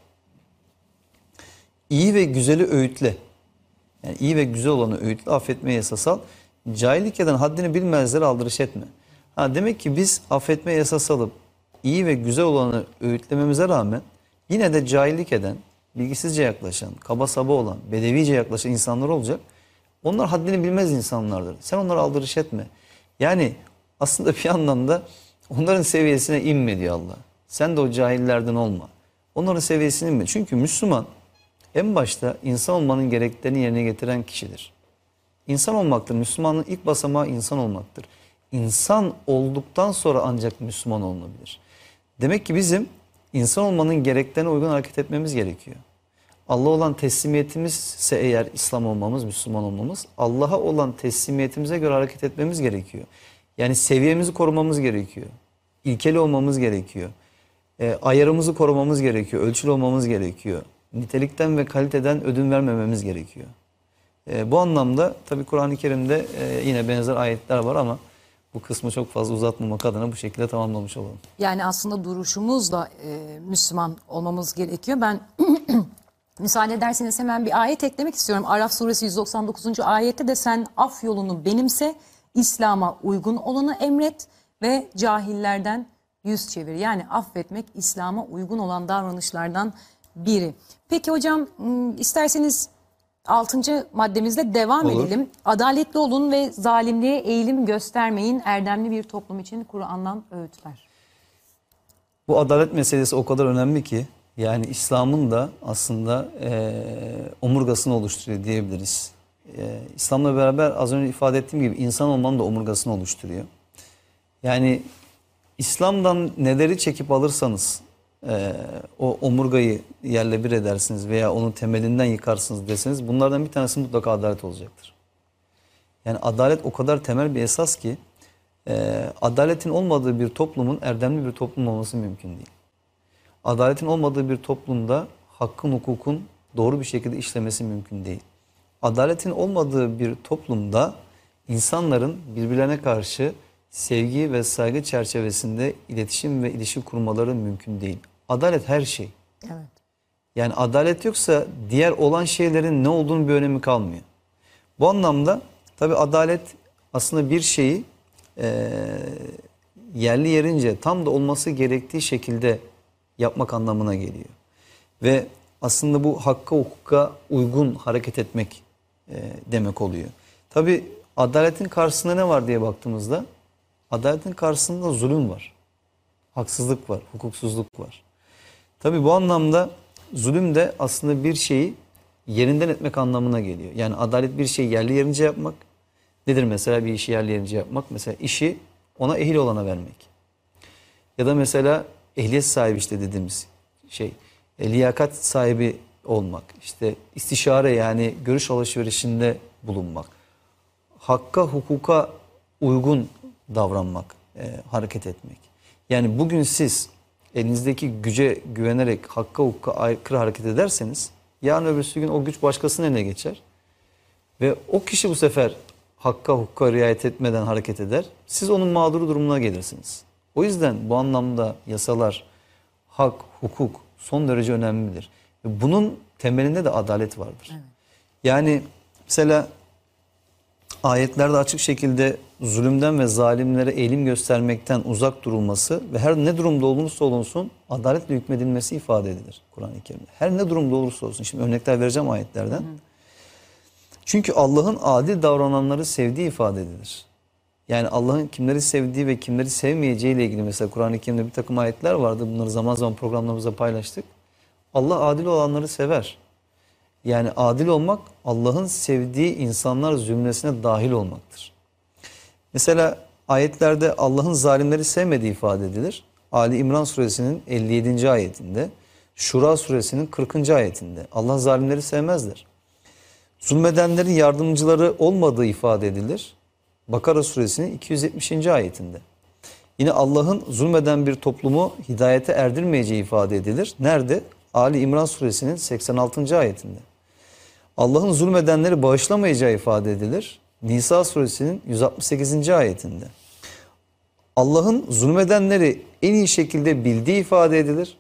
S2: iyi ve güzeli öğütle. Yani iyi ve güzel olanı öğütle, affetmeye esas al. Cahillik eden haddini bilmezlere aldırış etme. Demek ki biz affetmeye esas alıp iyi ve güzel olanı öğütlememize rağmen yine de cahillik eden, bilgisizce yaklaşan, kaba saba olan, bedevice yaklaşan insanlar olacak. Onlar haddini bilmez insanlardır. Sen onlara aldırış etme. Yani aslında bir yandan da onların seviyesine inme diyor Allah. Sen de o cahillerden olma. Onların seviyesine inme. Çünkü Müslüman en başta insan olmanın gereklerini yerine getiren kişidir. İnsan olmaktır. Müslümanlığın ilk basamağı insan olmaktır. İnsan olduktan sonra ancak Müslüman olunabilir. Demek ki bizim insan olmanın gereklerine uygun hareket etmemiz gerekiyor. Allah'a olan teslimiyetimizse eğer İslam olmamız, Müslüman olmamız, Allah'a olan teslimiyetimize göre hareket etmemiz gerekiyor. Yani seviyemizi korumamız gerekiyor. İlkeli olmamız gerekiyor. Ayarımızı korumamız gerekiyor. Ölçülü olmamız gerekiyor. Nitelikten ve kaliteden ödün vermememiz gerekiyor. Bu anlamda tabii Kur'an-ı Kerim'de yine benzer ayetler var ama bu kısmı çok fazla uzatmamak adına bu şekilde tamamlamış olalım.
S1: Yani aslında duruşumuzla Müslüman olmamız gerekiyor. Ben müsaade ederseniz hemen bir ayet eklemek istiyorum. Araf suresi 199. ayette de sen af yolunu benimse, İslam'a uygun olanı emret ve cahillerden yüz çevir. Yani affetmek İslam'a uygun olan davranışlardan biri. Peki hocam isterseniz 6. maddemizle devam
S2: Olur.
S1: edelim. Adaletli olun ve zalimliğe eğilim göstermeyin. Erdemli bir toplum için Kur'an'dan öğütler.
S2: Bu adalet meselesi o kadar önemli ki yani İslam'ın da aslında omurgasını oluşturuyor diyebiliriz. İslam'la beraber az önce ifade ettiğim gibi insan olmanın da omurgasını oluşturuyor. Yani İslam'dan neleri çekip alırsanız o omurgayı yerle bir edersiniz veya onun temelinden yıkarsınız deseniz bunlardan bir tanesi mutlaka adalet olacaktır. Yani adalet o kadar temel bir esas ki adaletin olmadığı bir toplumun erdemli bir toplum olması mümkün değil. Adaletin olmadığı bir toplumda hakkın, hukukun doğru bir şekilde işlemesi mümkün değil. Adaletin olmadığı bir toplumda insanların birbirlerine karşı sevgi ve saygı çerçevesinde iletişim ve ilişki kurmaları mümkün değil. Adalet her şey.
S1: Evet.
S2: Yani adalet yoksa diğer olan şeylerin ne olduğunun bir önemi kalmıyor. Bu anlamda tabii adalet aslında bir şeyi yerli yerince tam da olması gerektiği şekilde yapmak anlamına geliyor. Ve aslında bu hakka hukuka uygun hareket etmek demek oluyor. Tabii adaletin karşısında ne var diye baktığımızda adaletin karşısında zulüm var. Haksızlık var, hukuksuzluk var. Tabii bu anlamda zulüm de aslında bir şeyi yerinden etmek anlamına geliyor. Yani adalet bir şeyi yerli yerince yapmak. Nedir mesela bir işi yerli yerince yapmak? Mesela işi ona ehil olana vermek. Ya da mesela ehliyet sahibi işte dediğimiz şey. Liyakat sahibi olmak. İşte istişare yani görüş alışverişinde bulunmak. Hakka hukuka uygun davranmak, hareket etmek. Yani bugün siz elinizdeki güce güvenerek hakka hukuka aykırı hareket ederseniz yarın öbürsü gün o güç başkasının eline geçer. Ve o kişi bu sefer hakka hukuka riayet etmeden hareket eder. Siz onun mağduru durumuna gelirsiniz. O yüzden bu anlamda yasalar, hak, hukuk son derece önemlidir. Ve bunun temelinde de adalet vardır. Evet. Yani mesela ayetlerde açık şekilde zulümden ve zalimlere eğilim göstermekten uzak durulması ve her ne durumda olursa olunsun adaletle hükmedilmesi ifade edilir Kur'an-ı Kerim'de. Her ne durumda olursa olsun. Şimdi örnekler vereceğim ayetlerden. Çünkü Allah'ın adil davrananları sevdiği ifade edilir. Yani Allah'ın kimleri sevdiği ve kimleri sevmeyeceği ile ilgili mesela Kur'an-ı Kerim'de bir takım ayetler vardı. Bunları zaman zaman programlarımızda paylaştık. Allah adil olanları sever. Yani adil olmak Allah'ın sevdiği insanlar zümresine dahil olmaktır. Mesela ayetlerde Allah'ın zalimleri sevmediği ifade edilir. Ali İmran suresinin 57. ayetinde, Şura suresinin 40. ayetinde Allah zalimleri sevmezler. Zulmedenlerin yardımcıları olmadığı ifade edilir. Bakara suresinin 270. ayetinde. Yine Allah'ın zulmeden bir toplumu hidayete erdirmeyeceği ifade edilir. Nerede? Ali İmran suresinin 86. ayetinde. Allah'ın zulmedenleri bağışlamayacağı ifade edilir. Nisa suresinin 168. ayetinde. Allah'ın zulmedenleri en iyi şekilde bildiği ifade edilir.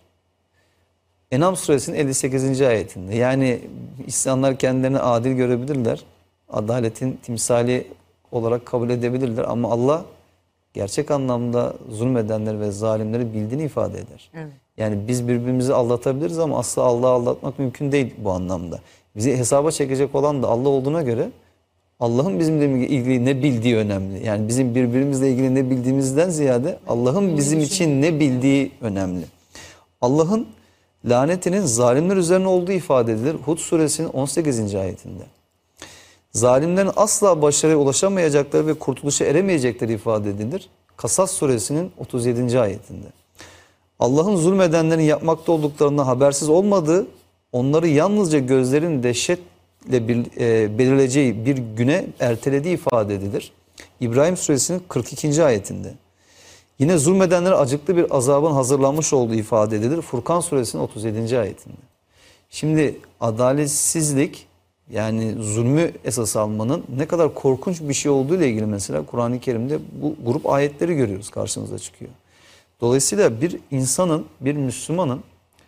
S2: En'am suresinin 58. ayetinde. Yani insanlar kendilerini adil görebilirler. Adaletin timsali olarak kabul edebilirler. Ama Allah gerçek anlamda zulmedenleri ve zalimleri bildiğini ifade eder.
S1: Evet.
S2: Yani biz birbirimizi aldatabiliriz ama asla Allah'ı aldatmak mümkün değil bu anlamda. Bizi hesaba çekecek olan da Allah olduğuna göre Allah'ın bizimle ilgili ne bildiği önemli. Yani bizim birbirimizle ilgili ne bildiğimizden ziyade Allah'ın bizim için ne bildiği önemli. Allah'ın lanetinin zalimler üzerine olduğu ifade edilir. Hud suresinin 18. ayetinde. Zalimlerin asla başarıya ulaşamayacakları ve kurtuluşa eremeyecekleri ifade edilir. Kasas suresinin 37. ayetinde. Allah'ın zulmedenlerin yapmakta olduklarından habersiz olmadığı, onları yalnızca gözlerin dehşetle belirleyeceği bir güne ertelediği ifade edilir. İbrahim suresinin 42. ayetinde. Yine zulmedenlere acıklı bir azabın hazırlanmış olduğu ifade edilir. Furkan suresinin 37. ayetinde. Şimdi adaletsizlik, yani zulmü esas almanın ne kadar korkunç bir şey olduğu ile ilgili mesela Kur'an-ı Kerim'de bu grup ayetleri görüyoruz, karşımıza çıkıyor. Dolayısıyla bir insanın, bir Müslümanın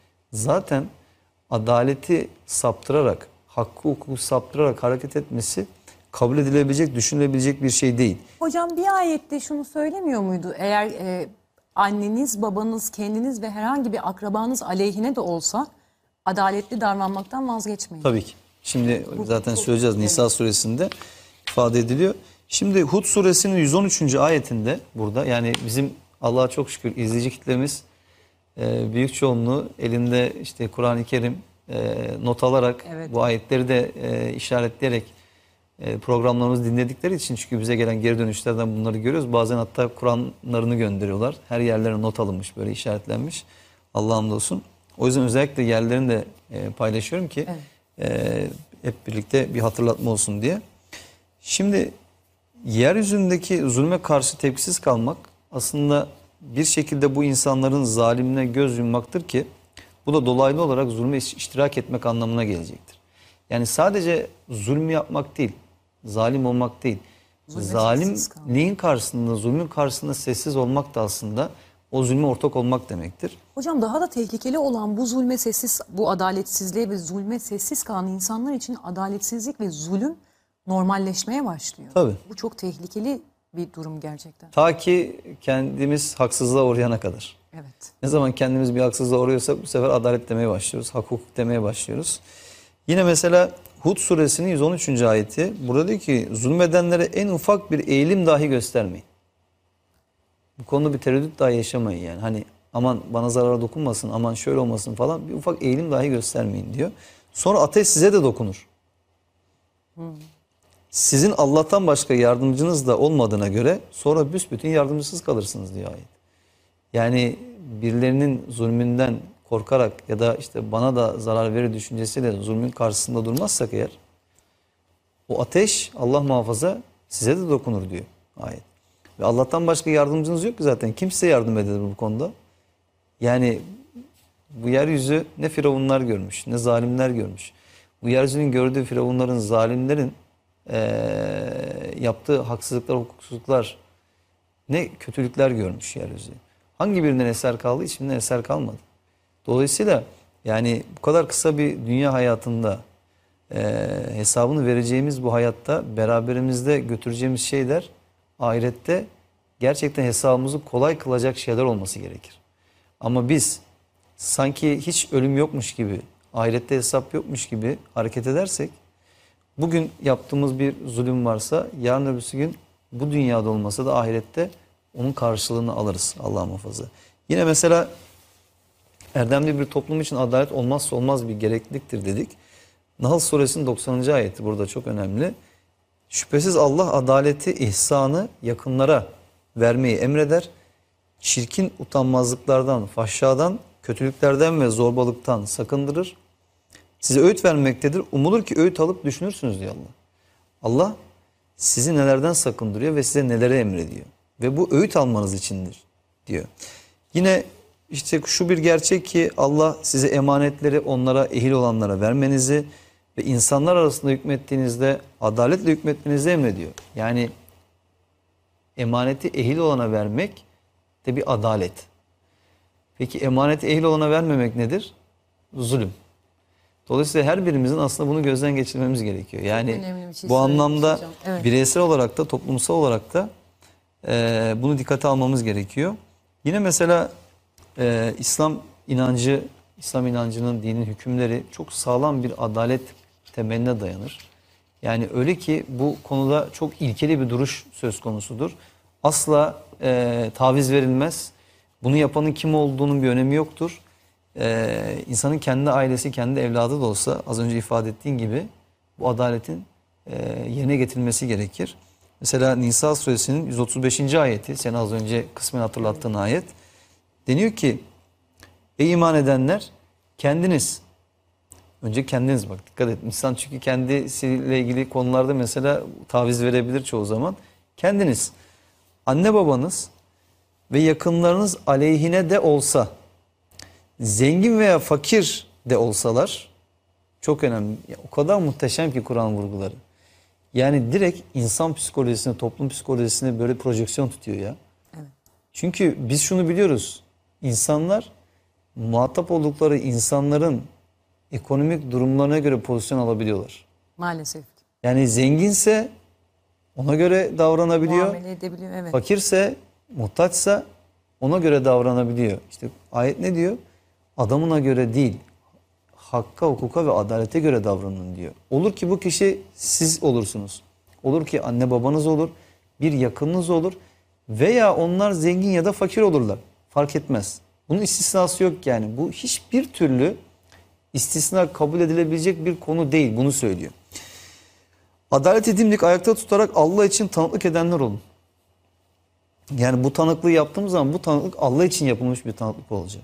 S2: zaten adaleti saptırarak, hakkı hukuku saptırarak hareket etmesi kabul edilebilecek, düşünülebilecek bir şey değil.
S1: Hocam bir ayette şunu söylemiyor muydu? Eğer anneniz, babanız, kendiniz ve herhangi bir akrabanız aleyhine de olsa adaletli davranmaktan vazgeçmeyin.
S2: Tabii ki. Şimdi zaten söyleyeceğiz. Nisa suresinde ifade ediliyor. Şimdi Hud suresinin 113. ayetinde burada, yani bizim Allah'a çok şükür izleyici kitlemiz büyük çoğunluğu elinde işte Kur'an-ı Kerim not alarak,
S1: evet,
S2: bu ayetleri de işaretleyerek programlarımızı dinledikleri için, çünkü bize gelen geri dönüşlerden bunları görüyoruz. Bazen hatta Kur'anlarını gönderiyorlar. Her yerlerine not alınmış, böyle işaretlenmiş. Allah'a hamdolsun. O yüzden özellikle yerlerini de paylaşıyorum ki hep birlikte bir hatırlatma olsun diye. Şimdi yeryüzündeki zulme karşı tepkisiz kalmak aslında bir şekilde bu insanların zalimine göz yummaktır ki bu da dolaylı olarak zulme iştirak etmek anlamına gelecektir. Yani sadece zulmü yapmak değil, zalim olmak değil. Zalimliğin karşısında, zulmün karşısında sessiz olmak da aslında o zulme ortak olmak demektir.
S1: Hocam daha da tehlikeli olan bu zulme sessiz, bu adaletsizliğe ve zulme sessiz kalan insanlar için adaletsizlik ve zulüm normalleşmeye başlıyor.
S2: Tabii.
S1: Bu çok tehlikeli bir durum gerçekten.
S2: Ta ki kendimiz haksızlığa uğrayana kadar.
S1: Evet.
S2: Ne zaman kendimiz bir haksızlığa uğruyorsak bu sefer adalet demeye başlıyoruz, hak hukuk demeye başlıyoruz. Yine mesela Hud suresinin 113. ayeti burada diyor ki zulmedenlere en ufak bir eğilim dahi göstermeyin. Bu konuda bir tereddüt dahi yaşamayın yani. Hani aman bana zarara dokunmasın, aman şöyle olmasın falan, bir ufak eğilim dahi göstermeyin diyor. Sonra ateş size de dokunur. Sizin Allah'tan başka yardımcınız da olmadığına göre sonra büsbütün yardımcısız kalırsınız diyor ayet. Yani birilerinin zulmünden korkarak ya da işte bana da zarar verir düşüncesiyle zulmün karşısında durmazsak eğer, o ateş Allah muhafaza size de dokunur diyor ayet. Ve Allah'tan başka yardımcınız yok ki zaten. Kim size yardım eder bu konuda? Yani bu yeryüzü ne firavunlar görmüş, ne zalimler görmüş. Bu yeryüzünün gördüğü firavunların, zalimlerin yaptığı haksızlıklar, hukuksuzluklar, ne kötülükler görmüş yeryüzü. Hangi birinden eser kaldı? Hiçbirinden eser kalmadı. Dolayısıyla yani bu kadar kısa bir dünya hayatında hesabını vereceğimiz bu hayatta beraberimizde götüreceğimiz şeyler ahirette gerçekten hesabımızı kolay kılacak şeyler olması gerekir. Ama biz sanki hiç ölüm yokmuş gibi, ahirette hesap yokmuş gibi hareket edersek, bugün yaptığımız bir zulüm varsa yarın öbürsü gün bu dünyada olmasa da ahirette onun karşılığını alırız Allah muhafaza. Yine mesela erdemli bir toplum için adalet olmazsa olmaz bir gerekliliktir dedik. Nahl suresinin 90. ayeti burada çok önemli. Şüphesiz Allah adaleti, ihsanı yakınlara vermeyi emreder. Çirkin utanmazlıklardan, fahşadan, kötülüklerden ve zorbalıktan sakındırır. Size öğüt vermektedir. Umulur ki öğüt alıp düşünürsünüz diyor Allah. Allah sizi nelerden sakındırıyor ve size nelere emrediyor. Ve bu öğüt almanız içindir diyor. Yine işte şu bir gerçek ki Allah size emanetleri onlara, ehil olanlara vermenizi ve insanlar arasında hükmettiğinizde adaletle hükmetmenizi emrediyor. Yani emaneti ehil olana vermek de bir adalet. Peki emaneti ehil olana vermemek nedir? Zulüm. Dolayısıyla her birimizin aslında bunu gözden geçirmemiz gerekiyor. Yani
S1: önemli bir şey
S2: bu
S1: söylediniz
S2: anlamda
S1: hocam. Evet.
S2: bireysel olarak da toplumsal olarak da bunu dikkate almamız gerekiyor. Yine mesela İslam inancının, dinin hükümleri çok sağlam bir adalet temeline dayanır. Yani öyle ki bu konuda çok ilkeli bir duruş söz konusudur. Asla taviz verilmez. Bunu yapanın kim olduğunun bir önemi yoktur. İnsanın kendi ailesi, kendi evladı da olsa az önce ifade ettiğin gibi bu adaletin yerine getirilmesi gerekir. Mesela Nisa suresinin 135. ayeti, sen az önce kısmen hatırlattığın ayet. Deniyor ki, ey iman edenler kendiniz, önce kendiniz bak dikkat et. İnsan çünkü kendisiyle ilgili konularda mesela taviz verebilir çoğu zaman. Kendiniz, anne babanız ve yakınlarınız aleyhine de olsa, zengin veya fakir de olsalar, çok önemli. Ya, o kadar muhteşem ki Kur'an vurguları. Yani direkt insan psikolojisine, toplum psikolojisine böyle projeksiyon tutuyor ya.
S1: Evet.
S2: Çünkü biz şunu biliyoruz. İnsanlar muhatap oldukları insanların ekonomik durumlarına göre pozisyon alabiliyorlar.
S1: Maalesef.
S2: Yani zenginse ona göre davranabiliyor.
S1: Muamele edebiliyor, evet.
S2: Fakirse, muhtaçsa ona göre davranabiliyor. İşte ayet ne diyor? Adamına göre değil, hakka, hukuka ve adalete göre davranın diyor. Olur ki bu kişi siz olursunuz. Olur ki anne babanız olur, bir yakınınız olur veya onlar zengin ya da fakir olurlar. Fark etmez. Bunun istisnası yok yani. Bu hiçbir türlü istisna kabul edilebilecek bir konu değil. Bunu söylüyor. Adaleti dimdik ayakta tutarak Allah için tanıklık edenler olun. Yani bu tanıklığı yaptığımız zaman bu tanıklık Allah için yapılmış bir tanıklık olacak.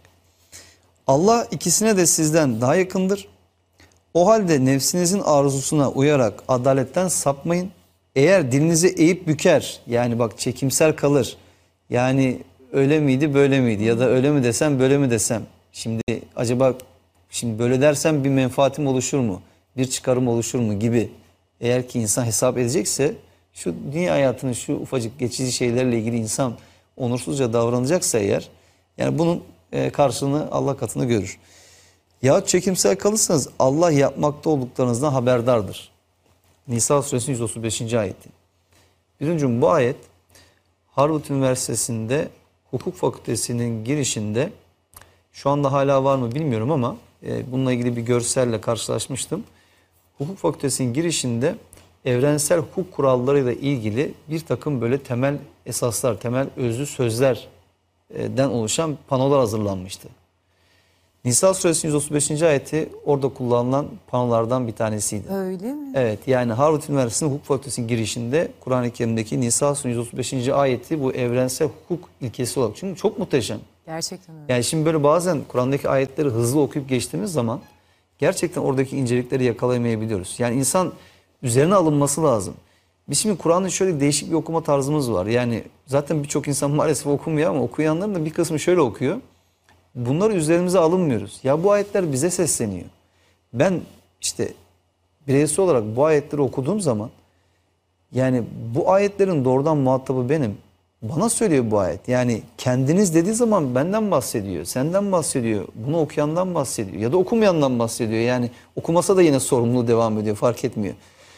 S2: Allah ikisine de sizden daha yakındır. O halde nefsinizin arzusuna uyarak adaletten sapmayın. Eğer dilinizi eğip büker, yani bak çekimser kalır. Yani öyle miydi böyle miydi ya da öyle mi desem böyle mi desem. Şimdi acaba şimdi böyle dersem bir menfaatim oluşur mu? Bir çıkarım oluşur mu gibi. Eğer ki insan hesap edecekse şu dünya hayatının şu ufacık geçici şeylerle ilgili insan onursuzca davranacaksa eğer, yani bunun karşılığını Allah katında görür. Yahut çekimsel kalırsanız Allah yapmakta olduklarınızdan haberdardır. Nisa suresinin 135. ayeti. Birincim bu ayet Harvard Üniversitesi'nde hukuk fakültesinin girişinde, şu anda hala var mı bilmiyorum ama bununla ilgili bir görselle karşılaşmıştım. Hukuk fakültesinin girişinde evrensel hukuk kurallarıyla ilgili bir takım böyle temel esaslar, temel özlü sözlerden oluşan panolar hazırlanmıştı. Nisa suresinin 135. ayeti orada kullanılan panolardan bir tanesiydi.
S1: Öyle mi?
S2: Evet, yani Harvard Üniversitesi'nin hukuk fakültesinin girişinde Kur'an-ı Kerim'deki Nisa suresinin 135. ayeti bu evrensel hukuk ilkesi olarak. Çünkü çok muhteşem.
S1: Gerçekten öyle.
S2: Yani şimdi böyle bazen Kur'an'daki ayetleri hızlı okuyup geçtiğimiz zaman gerçekten oradaki incelikleri yakalayamayabiliyoruz. Yani insan üzerine alınması lazım. Biz şimdi Kur'an'ın şöyle değişik bir okuma tarzımız var. Yani zaten birçok insan maalesef okumuyor ama okuyanların da bir kısmı şöyle okuyor. Bunları üzerimize alınmıyoruz. Ya bu ayetler bize sesleniyor. Ben işte bireysel olarak bu ayetleri okuduğum zaman yani bu ayetlerin doğrudan muhatabı benim. Bana söylüyor bu ayet. Yani kendiniz dediği zaman benden bahsediyor. Senden bahsediyor. Bunu okuyandan bahsediyor. Ya da okumayandan bahsediyor. Yani okumasa da yine sorumluluğu devam ediyor. Fark etmiyor.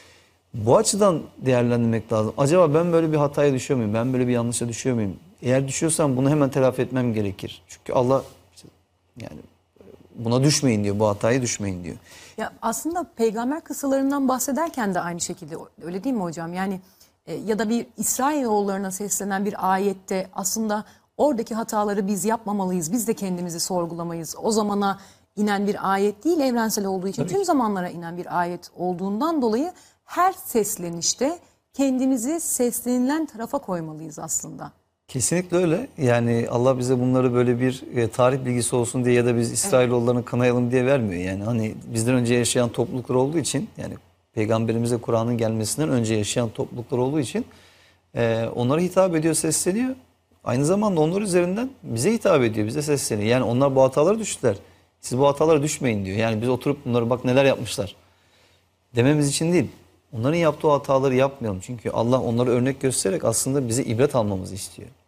S2: Bu açıdan değerlendirmek lazım. Acaba ben böyle bir hataya düşüyor muyum? Ben böyle bir yanlışa düşüyor muyum? Eğer düşüyorsam bunu hemen telafi etmem gerekir. Çünkü Allah yani buna düşmeyin diyor. Bu hataya düşmeyin diyor.
S1: Ya aslında peygamber kıssalarından bahsederken de aynı şekilde öyle değil mi hocam? Yani ya da bir İsrailoğullarına seslenen bir ayette aslında oradaki hataları biz yapmamalıyız. Biz de kendimizi sorgulamayız. O zamana inen bir ayet değil, evrensel olduğu için tüm zamanlara inen bir ayet olduğundan dolayı her seslenişte kendimizi seslenilen tarafa koymalıyız aslında.
S2: Kesinlikle öyle. Yani Allah bize bunları böyle bir tarih bilgisi olsun diye ya da biz İsrailoğullarını kınayalım diye vermiyor. Yani hani bizden önce yaşayan topluluklar olduğu için, yani Peygamberimize Kur'an'ın gelmesinden önce yaşayan topluluklar olduğu için onlara hitap ediyor, sesleniyor. Aynı zamanda onlar üzerinden bize hitap ediyor, bize sesleniyor. Yani onlar bu hatalara düştüler. Siz bu hatalara düşmeyin diyor. Yani biz oturup bunları bak neler yapmışlar dememiz için değil. Onların yaptığı hataları yapmayalım. Çünkü Allah onları örnek göstererek aslında bize ibret almamızı istiyor.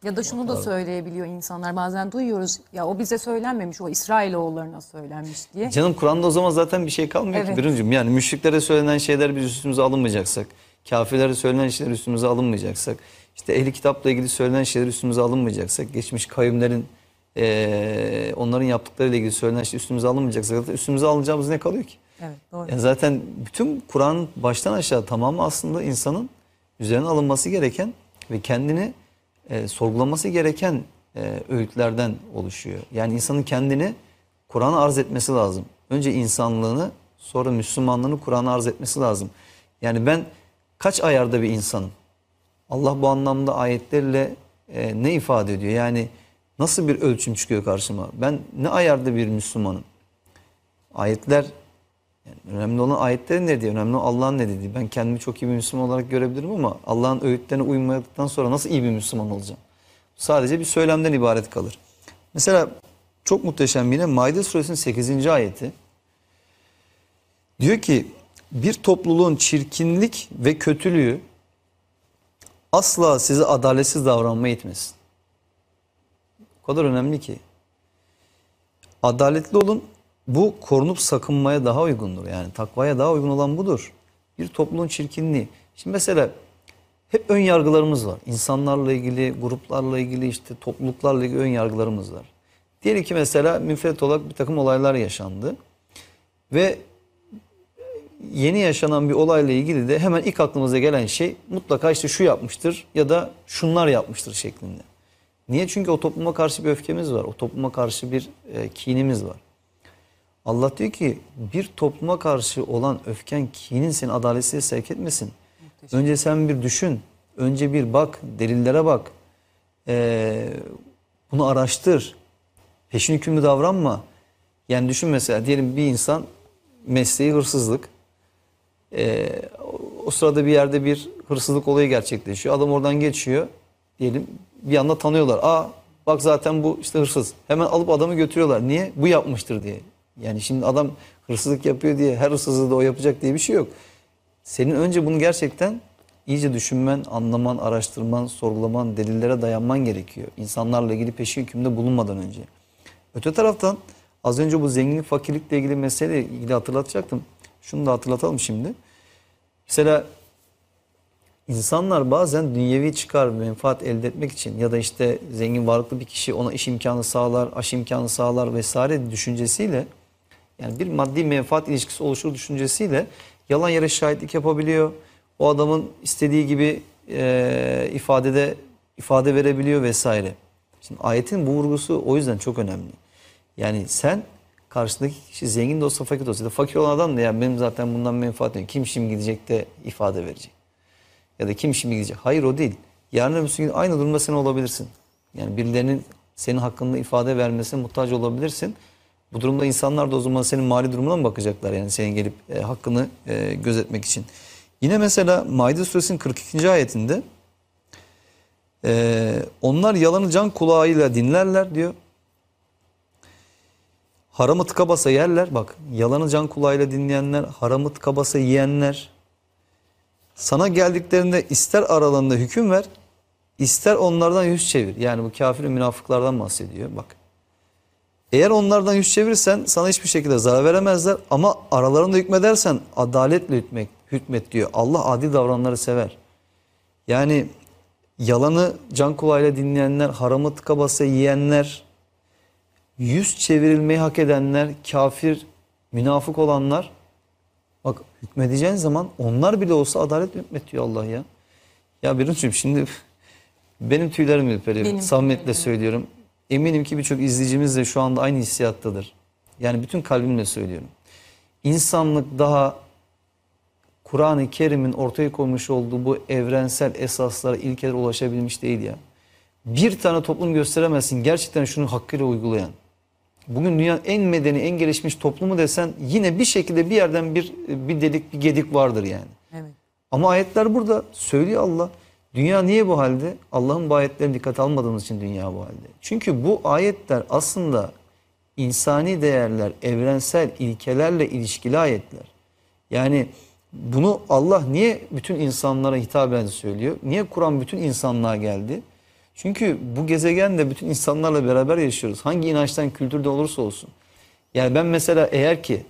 S1: Ya da şunu da söyleyebiliyor insanlar. Bazen duyuyoruz ya o bize söylenmemiş, o İsrailoğullarına söylenmiş diye.
S2: Canım Kur'an'da o zaman zaten bir şey kalmıyor ki
S1: Evet.
S2: Biricim. Yani müşriklere söylenen şeyler biz üstümüze alınmayacaksak, kafirlere söylenen şeyler üstümüze alınmayacaksak, işte ehli kitapla ilgili söylenen şeyler üstümüze alınmayacaksak, geçmiş kavimlerin onların yaptıklarıyla ilgili söylenen şey üstümüze alınmayacaksak zaten üstümüze alınacağımız ne kalıyor ki?
S1: Evet, doğru.
S2: Yani zaten bütün Kur'an baştan aşağı tamamı aslında insanın üzerine alınması gereken ve kendini sorgulaması gereken öğütlerden oluşuyor. Yani insanın kendini Kur'an'a arz etmesi lazım. Önce insanlığını, sonra Müslümanlığını Kur'an'a arz etmesi lazım. Yani ben kaç ayarda bir insanım? Allah bu anlamda ayetlerle ne ifade ediyor? Yani nasıl bir ölçüm çıkıyor karşıma? Ben ne ayarda bir Müslümanım? Ayetler, yani önemli olan ayetlerin ne diye, önemli olan Allah'ın ne dediği. Ben kendimi çok iyi bir Müslüman olarak görebilirim ama Allah'ın öğütlerine uymadıktan sonra nasıl iyi bir Müslüman olacağım? Sadece bir söylemden ibaret kalır. Mesela çok muhteşem yine Maide suresinin 8. ayeti. Diyor ki bir topluluğun çirkinlik ve kötülüğü asla size adaletsiz davranmaya itmesin. O kadar önemli ki. Adaletli olun. Bu korunup sakınmaya daha uygundur. Yani takvaya daha uygun olan budur. Bir topluluğun çirkinliği. Şimdi mesela hep ön yargılarımız var. İnsanlarla ilgili, gruplarla ilgili, işte topluluklarla ilgili ön yargılarımız var. Diyelim ki mesela müfret olarak bir takım olaylar yaşandı. Ve yeni yaşanan bir olayla ilgili de hemen ilk aklımıza gelen şey mutlaka işte şu yapmıştır ya da şunlar yapmıştır şeklinde. Niye? Çünkü o topluma karşı bir öfkemiz var. O topluma karşı bir kinimiz var. Allah diyor ki bir topluma karşı olan öfken, kinin seni adaletsizliğe sevk etmesin. Önce sen bir düşün. Önce bir bak. Delillere bak. Bunu araştır. Peşin hükümlü davranma. Yani düşün mesela diyelim bir insan mesleği hırsızlık. O sırada bir yerde bir hırsızlık olayı gerçekleşiyor. Adam oradan geçiyor. Diyelim bir anda tanıyorlar. Aa bak zaten bu işte hırsız. Hemen alıp adamı götürüyorlar. Niye? Bu yapmıştır diye. Yani şimdi adam hırsızlık yapıyor diye her hırsızlığı da o yapacak diye bir şey yok. Senin önce bunu gerçekten iyice düşünmen, anlaman, araştırman, sorgulaman, delillere dayanman gerekiyor. İnsanlarla ilgili peşin hükümde bulunmadan önce. Öte taraftan az önce bu zenginlik, fakirlikle ilgili meseleyle ilgili hatırlatacaktım. Şunu da hatırlatalım şimdi. Mesela insanlar bazen dünyevi çıkar, menfaat elde etmek için ya da işte zengin, varlıklı bir kişi ona iş imkanı sağlar, aş imkanı sağlar vesaire düşüncesiyle, yani bir maddi menfaat ilişkisi oluşur düşüncesiyle yalan yere şahitlik yapabiliyor. O adamın istediği gibi ifade verebiliyor vesaire. Şimdi ayetin bu vurgusu o yüzden çok önemli. Yani sen karşındaki kişi zengin de olsa fakir de olsa, fakir olan adam da ya benim zaten bundan menfaat yok. Kim şimdi gidecek de ifade verecek? Ya da kim şimdi gidecek? Hayır, o değil. Yarın öbür gün aynı durumda sen olabilirsin. Yani birilerinin senin hakkında ifade vermesine muhtaç olabilirsin. Bu durumda insanlar da o zaman senin mali durumuna mı bakacaklar? Yani senin gelip hakkını gözetmek için. Yine mesela Maide suresinin 42. ayetinde onlar yalanı can kulağıyla dinlerler diyor. Haramı tıka basa yerler. Bak, yalanı can kulağıyla dinleyenler, haramı tıka basa yiyenler. Sana geldiklerinde ister aralarında hüküm ver, ister onlardan yüz çevir. Yani bu kafir ve münafıklardan bahsediyor. Bak. Eğer onlardan yüz çevirirsen sana hiçbir şekilde zarar veremezler. Ama aralarında hükmedersen adaletle hükmet diyor. Allah adil davrananları sever. Yani yalanı can kulağıyla dinleyenler, haramı tıka basa yiyenler, yüz çevirilmeyi hak edenler, kafir, münafık olanlar, bak hükmedeceğin zaman onlar bile olsa adalet hükmet diyor Allah ya. Ya Birunç'um şimdi benim tüylerim ürperiyor. Samimiyetle söylüyorum. Eminim ki birçok izleyicimiz de şu anda aynı hissiyattadır. Yani bütün kalbimle söylüyorum. İnsanlık daha Kur'an-ı Kerim'in ortaya koymuş olduğu bu evrensel esaslara, ilkelere ulaşabilmiş değil ya. Bir tane toplum gösteremezsin gerçekten şunu hakkıyla uygulayan. Bugün dünyanın en medeni, en gelişmiş toplumu desen yine bir şekilde bir yerden bir delik, bir gedik vardır yani.
S1: Evet.
S2: Ama ayetler burada söylüyor Allah. Dünya niye bu halde? Allah'ın bu ayetlerini dikkate almadığımız için dünya bu halde. Çünkü bu ayetler aslında insani değerler, evrensel ilkelerle ilişkili ayetler. Yani bunu Allah niye bütün insanlara hitaben söylüyor? Niye Kur'an bütün insanlığa geldi? Çünkü bu gezegende bütün insanlarla beraber yaşıyoruz. Hangi inançtan, kültürde olursa olsun. Yani ben mesela eğer ki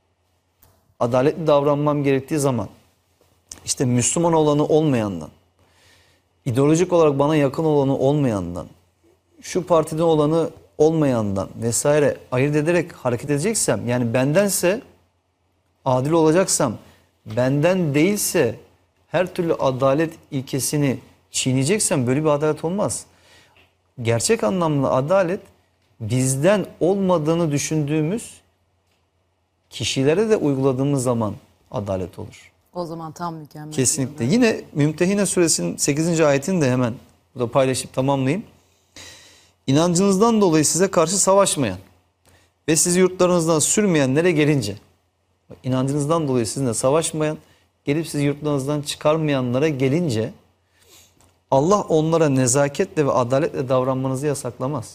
S2: adaletli davranmam gerektiği zaman işte Müslüman olanı olmayandan, ideolojik olarak bana yakın olanı olmayandan, şu partide olanı olmayandan vesaire ayırt ederek hareket edeceksem, yani bendense adil olacaksam, benden değilse her türlü adalet ilkesini çiğneyeceksem böyle bir adalet olmaz. Gerçek anlamda adalet bizden olmadığını düşündüğümüz kişilere de uyguladığımız zaman adalet olur.
S1: O zaman tam mükemmel.
S2: Kesinlikle. Yine Mümtehine suresinin 8. ayetini de hemen burada paylaşıp tamamlayayım. İnancınızdan dolayı size karşı savaşmayan ve sizi yurtlarınızdan sürmeyenlere gelince, inancınızdan dolayı sizinle savaşmayan, gelip sizi yurtlarınızdan çıkarmayanlara gelince Allah onlara nezaketle ve adaletle davranmanızı yasaklamaz.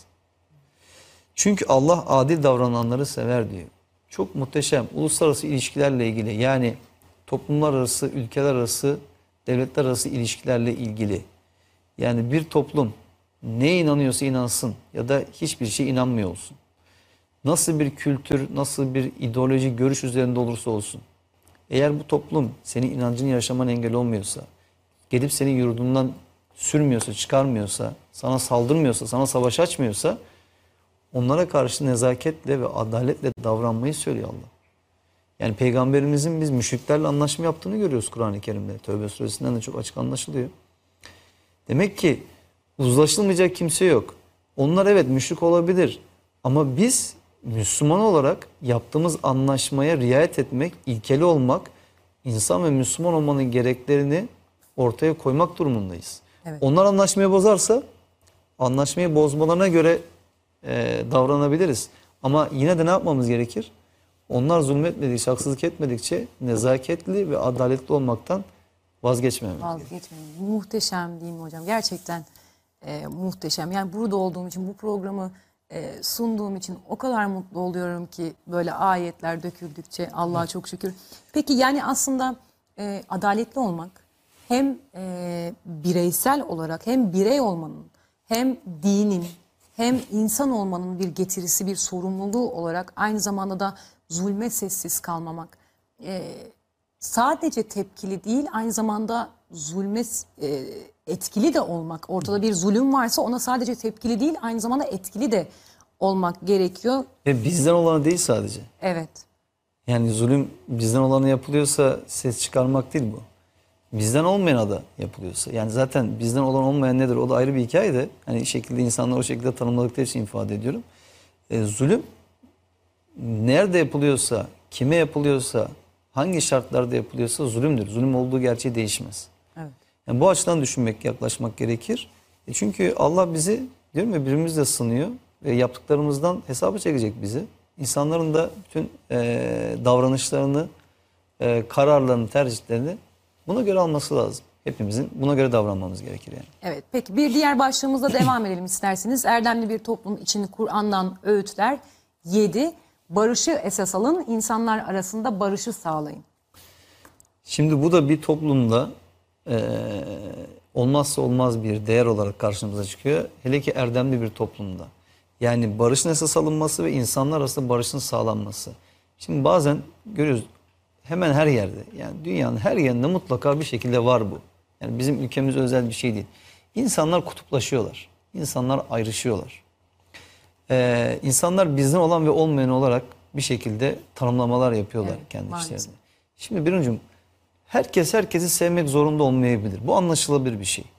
S2: Çünkü Allah adil davrananları sever diyor. Çok muhteşem. Uluslararası ilişkilerle ilgili, yani toplumlar arası, ülkeler arası, devletler arası ilişkilerle ilgili. Yani bir toplum neye inanıyorsa inansın ya da hiçbir şey inanmıyor olsun. Nasıl bir kültür, nasıl bir ideoloji, görüş üzerinde olursa olsun. Eğer bu toplum senin inancını yaşaman engel olmuyorsa, gelip senin yurdundan sürmüyorsa, çıkarmıyorsa, sana saldırmıyorsa, sana savaş açmıyorsa, onlara karşı nezaketle ve adaletle davranmayı söylüyor Allah. Yani Peygamberimizin biz müşriklerle anlaşma yaptığını görüyoruz Kur'an-ı Kerim'de. Tövbe suresinden de çok açık anlaşılıyor. Demek ki uzlaşılmayacak kimse yok. Onlar evet müşrik olabilir ama biz Müslüman olarak yaptığımız anlaşmaya riayet etmek, ilkeli olmak, insan ve Müslüman olmanın gereklerini ortaya koymak durumundayız.
S1: Evet.
S2: Onlar anlaşmayı bozarsa anlaşmayı bozmalarına göre davranabiliriz. Ama yine de ne yapmamız gerekir? Onlar zulmetmedikçe, haksızlık etmedikçe nezaketli ve adaletli olmaktan vazgeçmememiz gerekir.
S1: Vazgeçmeyin. Muhteşem değil mi hocam? Gerçekten muhteşem. Yani burada olduğum için, bu programı sunduğum için o kadar mutlu oluyorum ki böyle ayetler döküldükçe, Allah'a çok şükür. Peki yani aslında adaletli olmak hem bireysel olarak, hem birey olmanın, hem dinin, hem insan olmanın bir getirisi, bir sorumluluğu olarak aynı zamanda da zulme sessiz kalmamak. Sadece tepkili değil, aynı zamanda zulme etkili de olmak. Ortada bir zulüm varsa ona sadece tepkili değil, aynı zamanda etkili de olmak gerekiyor.
S2: Ve bizden olanı değil sadece.
S1: Evet.
S2: Yani zulüm bizden olanı yapılıyorsa ses çıkarmak değil bu. Bizden olmayana da yapılıyorsa. Yani zaten bizden olan olmayan nedir? O da ayrı bir hikaye de. Hani şekilde insanlar o şekilde tanımladıkları için ifade ediyorum. Zulüm nerede yapılıyorsa, kime yapılıyorsa, hangi şartlarda yapılıyorsa zulümdür. Zulüm olduğu gerçeği değişmez.
S1: Evet.
S2: Yani bu açıdan düşünmek, yaklaşmak gerekir. Çünkü Allah bizi, diyorum ya, birbirimizle sınıyor ve yaptıklarımızdan hesabı çekecek bizi. İnsanların da bütün davranışlarını, kararlarını, tercihlerini buna göre alması lazım. Hepimizin buna göre davranmamız gerekir yani.
S1: Evet. Peki bir diğer başlığımızda devam edelim isterseniz. Erdemli bir toplum için Kur'an'dan öğütler 7. Barışı esas alın, insanlar arasında barışı sağlayın.
S2: Şimdi bu da bir toplumda olmazsa olmaz bir değer olarak karşımıza çıkıyor. Hele ki erdemli bir toplumda. Yani barışın esas alınması ve insanlar arasında barışın sağlanması. Şimdi bazen görüyoruz hemen her yerde, yani dünyanın her yerinde mutlaka bir şekilde var bu. Yani bizim ülkemiz özel bir şey değil. İnsanlar kutuplaşıyorlar. İnsanlar ayrışıyorlar. İnsanlar bizden olan ve olmayan olarak bir şekilde tanımlamalar yapıyorlar,
S1: evet,
S2: kendi
S1: maalesef.
S2: işlerinde. Şimdi Biruncuğum, herkes herkesi sevmek zorunda olmayabilir. Bu anlaşılabilir bir şey.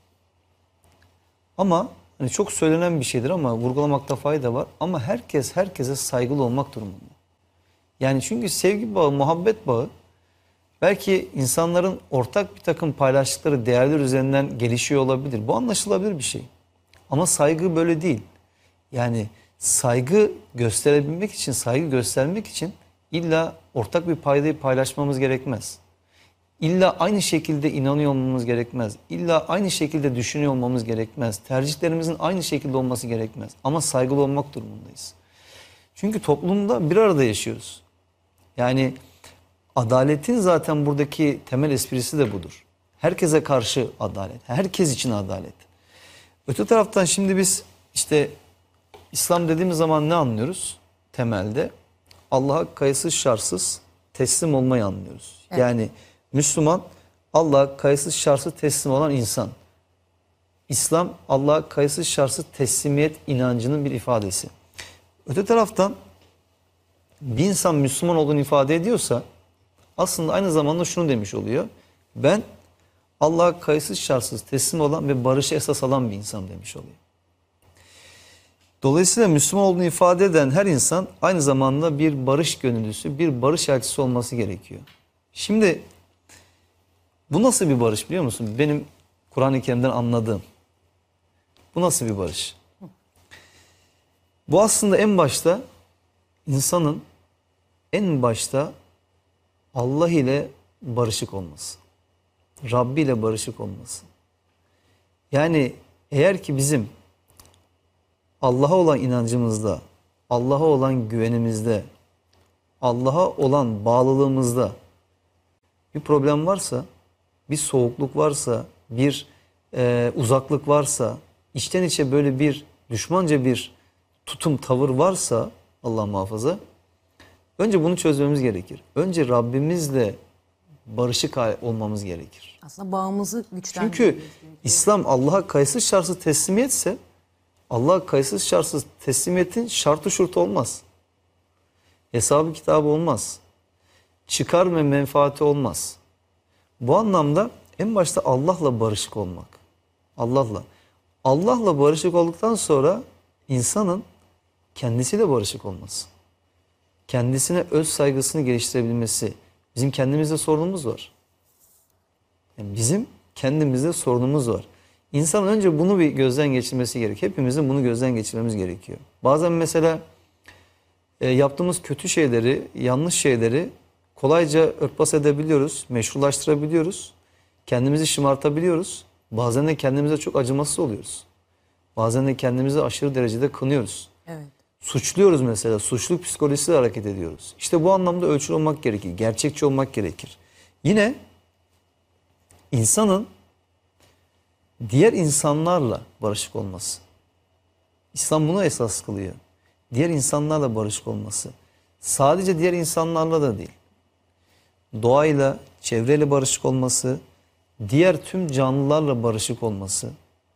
S2: Ama hani çok söylenen bir şeydir ama vurgulamakta fayda var. Ama herkes herkese saygılı olmak durumunda. Yani çünkü sevgi bağı, muhabbet bağı belki insanların ortak bir takım paylaştıkları değerler üzerinden gelişiyor olabilir. Bu anlaşılabilir bir şey. Ama saygı böyle değil. Yani saygı gösterebilmek için, saygı göstermek için illa ortak bir paydayı paylaşmamız gerekmez. İlla aynı şekilde inanıyor olmamız gerekmez. İlla aynı şekilde düşünüyor olmamız gerekmez. Tercihlerimizin aynı şekilde olması gerekmez. Ama saygılı olmak durumundayız. Çünkü toplumda bir arada yaşıyoruz. Yani adaletin zaten buradaki temel esprisi de budur. Herkese karşı adalet. Herkes için adalet. Öte taraftan şimdi biz işte İslam dediğimiz zaman ne anlıyoruz? Temelde Allah'a kayıtsız şartsız teslim olmayı anlıyoruz.
S1: Evet.
S2: Yani Müslüman Allah'a kayıtsız şartsız teslim olan insan. İslam Allah'a kayıtsız şartsız teslimiyet inancının bir ifadesi. Öte taraftan bir insan Müslüman olduğunu ifade ediyorsa aslında aynı zamanda şunu demiş oluyor. Ben Allah'a kayıtsız şartsız teslim olan ve barışı esas alan bir insan demiş oluyor. Dolayısıyla Müslüman olduğunu ifade eden her insan aynı zamanda bir barış gönüllüsü, bir barış elçisi olması gerekiyor. Şimdi bu nasıl bir barış biliyor musun? Benim Kur'an-ı Kerim'den anladığım. Bu nasıl bir barış? Bu aslında en başta insanın Allah ile barışık olması. Rabbi ile barışık olması. Yani eğer ki bizim Allah'a olan inancımızda, Allah'a olan güvenimizde, Allah'a olan bağlılığımızda bir problem varsa, bir soğukluk varsa, bir uzaklık varsa, içten içe böyle bir düşmanca bir tutum, tavır varsa Allah muhafaza, önce bunu çözmemiz gerekir. Önce Rabbimizle barışık olmamız gerekir.
S1: Aslında bağımızı güçlendirmemiz
S2: Çünkü
S1: gerekiyor.
S2: İslam Allah'a kayıtsız şartsız teslimiyetse Allah'a kayıtsız şartsız teslimiyetin şartı şurtu olmaz. Hesabı kitabı olmaz. Çıkar ve menfaati olmaz. Bu anlamda en başta Allah'la barışık olmak. Allah'la barışık olduktan sonra insanın kendisiyle barışık olması. Kendisine öz saygısını geliştirebilmesi. Bizim kendimizde sorunumuz var. Yani bizim kendimizde sorunumuz var. İnsan önce bunu bir gözden geçirmesi gerekiyor. Hepimizin bunu gözden geçirmemiz gerekiyor. Bazen mesela yaptığımız kötü şeyleri, yanlış şeyleri kolayca örtbas edebiliyoruz, meşrulaştırabiliyoruz. Kendimizi şımartabiliyoruz. Bazen de kendimize çok acımasız oluyoruz. Bazen de kendimizi aşırı derecede kınıyoruz.
S1: Evet.
S2: Suçluyoruz mesela. Suçluluk psikolojisiyle hareket ediyoruz. İşte bu anlamda ölçülü olmak gerekir. Gerçekçi olmak gerekir. Yine insanın diğer insanlarla barışık olması. İslam bunu esas kılıyor. Diğer insanlarla barışık olması. Sadece diğer insanlarla da değil. Doğayla, çevreyle barışık olması, diğer tüm canlılarla barışık olması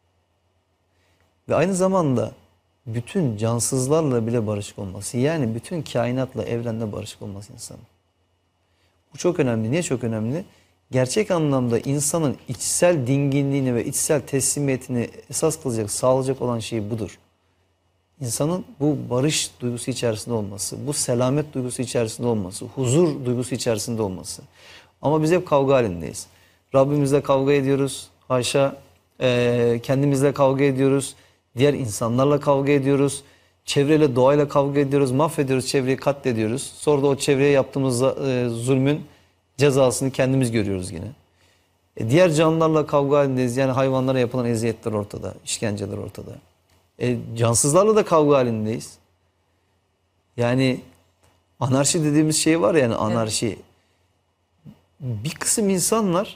S2: ve aynı zamanda bütün cansızlarla bile barışık olması. Yani bütün kainatla, evrenle barışık olması insanın. Bu çok önemli. Niye çok önemli? Gerçek anlamda insanın içsel dinginliğini ve içsel teslimiyetini esas kılacak, sağlayacak olan şey budur. İnsanın bu barış duygusu içerisinde olması, bu selamet duygusu içerisinde olması, huzur duygusu içerisinde olması. Ama biz hep kavga halindeyiz. Rabbimizle kavga ediyoruz. Haşa kendimizle kavga ediyoruz. Diğer insanlarla kavga ediyoruz. Çevreyle, doğayla kavga ediyoruz. Mahvediyoruz, çevreyi katlediyoruz. Sonra da o çevreye yaptığımız zulmün cezasını kendimiz görüyoruz yine. Diğer canlılarla kavga halindeyiz. Yani hayvanlara yapılan eziyetler ortada, işkenceler ortada. Cansızlarla da kavga halindeyiz. Yani anarşi dediğimiz şey var ya, yani anarşi. Evet. Bir kısım insanlar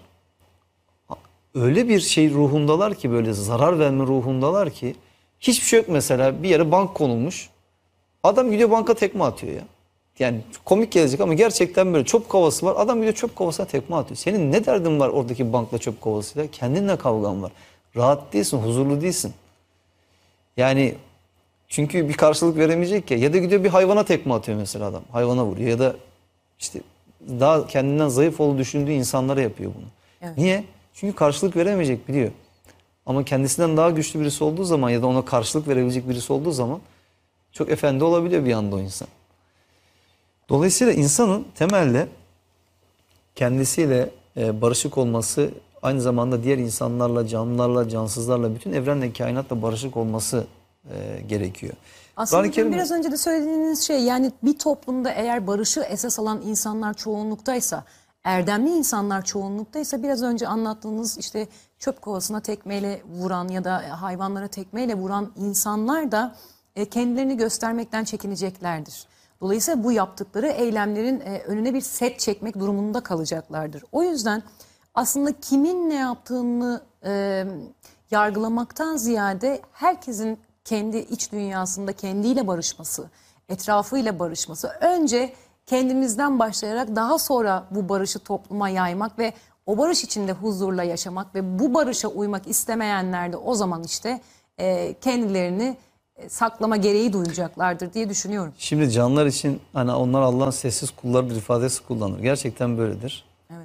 S2: öyle bir şey ruhundalar ki, böyle zarar verme ruhundalar ki, hiçbir şey yok mesela, bir yere bank konulmuş. Adam gidiyor banka tekme atıyor ya. Yani komik gelecek ama gerçekten böyle, çöp kovası var. Adam gidiyor çöp kovasına tekme atıyor. Senin ne derdin var oradaki bankla, çöp kovasıyla? Kendinle kavgan var. Rahat değilsin, huzurlu değilsin. Yani çünkü bir karşılık veremeyecek ya. Ya da gidiyor bir hayvana tekme atıyor mesela adam. Hayvana vuruyor ya da işte daha kendinden zayıf olduğunu düşündüğü insanlara yapıyor bunu. Evet. Niye? Çünkü karşılık veremeyecek, biliyor. Ama kendisinden daha güçlü birisi olduğu zaman ya da ona karşılık verebilecek birisi olduğu zaman çok efendi olabiliyor bir anda o insan. Dolayısıyla insanın temelde kendisiyle barışık olması, aynı zamanda diğer insanlarla, canlılarla, cansızlarla, bütün evrenle, kainatla barışık olması gerekiyor.
S1: Aslında biraz önce de söylediğiniz şey, yani bir toplumda eğer barışı esas alan insanlar çoğunluktaysa, erdemli insanlar çoğunluktaysa, biraz önce anlattığınız işte çöp kovasına tekmeyle vuran ya da hayvanlara tekmeyle vuran insanlar da kendilerini göstermekten çekineceklerdir. Dolayısıyla bu yaptıkları eylemlerin önüne bir set çekmek durumunda kalacaklardır. O yüzden aslında kimin ne yaptığını yargılamaktan ziyade herkesin kendi iç dünyasında kendiyle barışması, etrafıyla barışması, önce kendimizden başlayarak daha sonra bu barışı topluma yaymak ve o barış içinde huzurla yaşamak ve bu barışa uymak istemeyenler de o zaman işte kendilerini saklama gereği duyacaklardır diye düşünüyorum.
S2: Şimdi canlılar için hani onlar Allah'ın sessiz kullarıdır ifadesi kullanır. Gerçekten böyledir.
S1: Evet.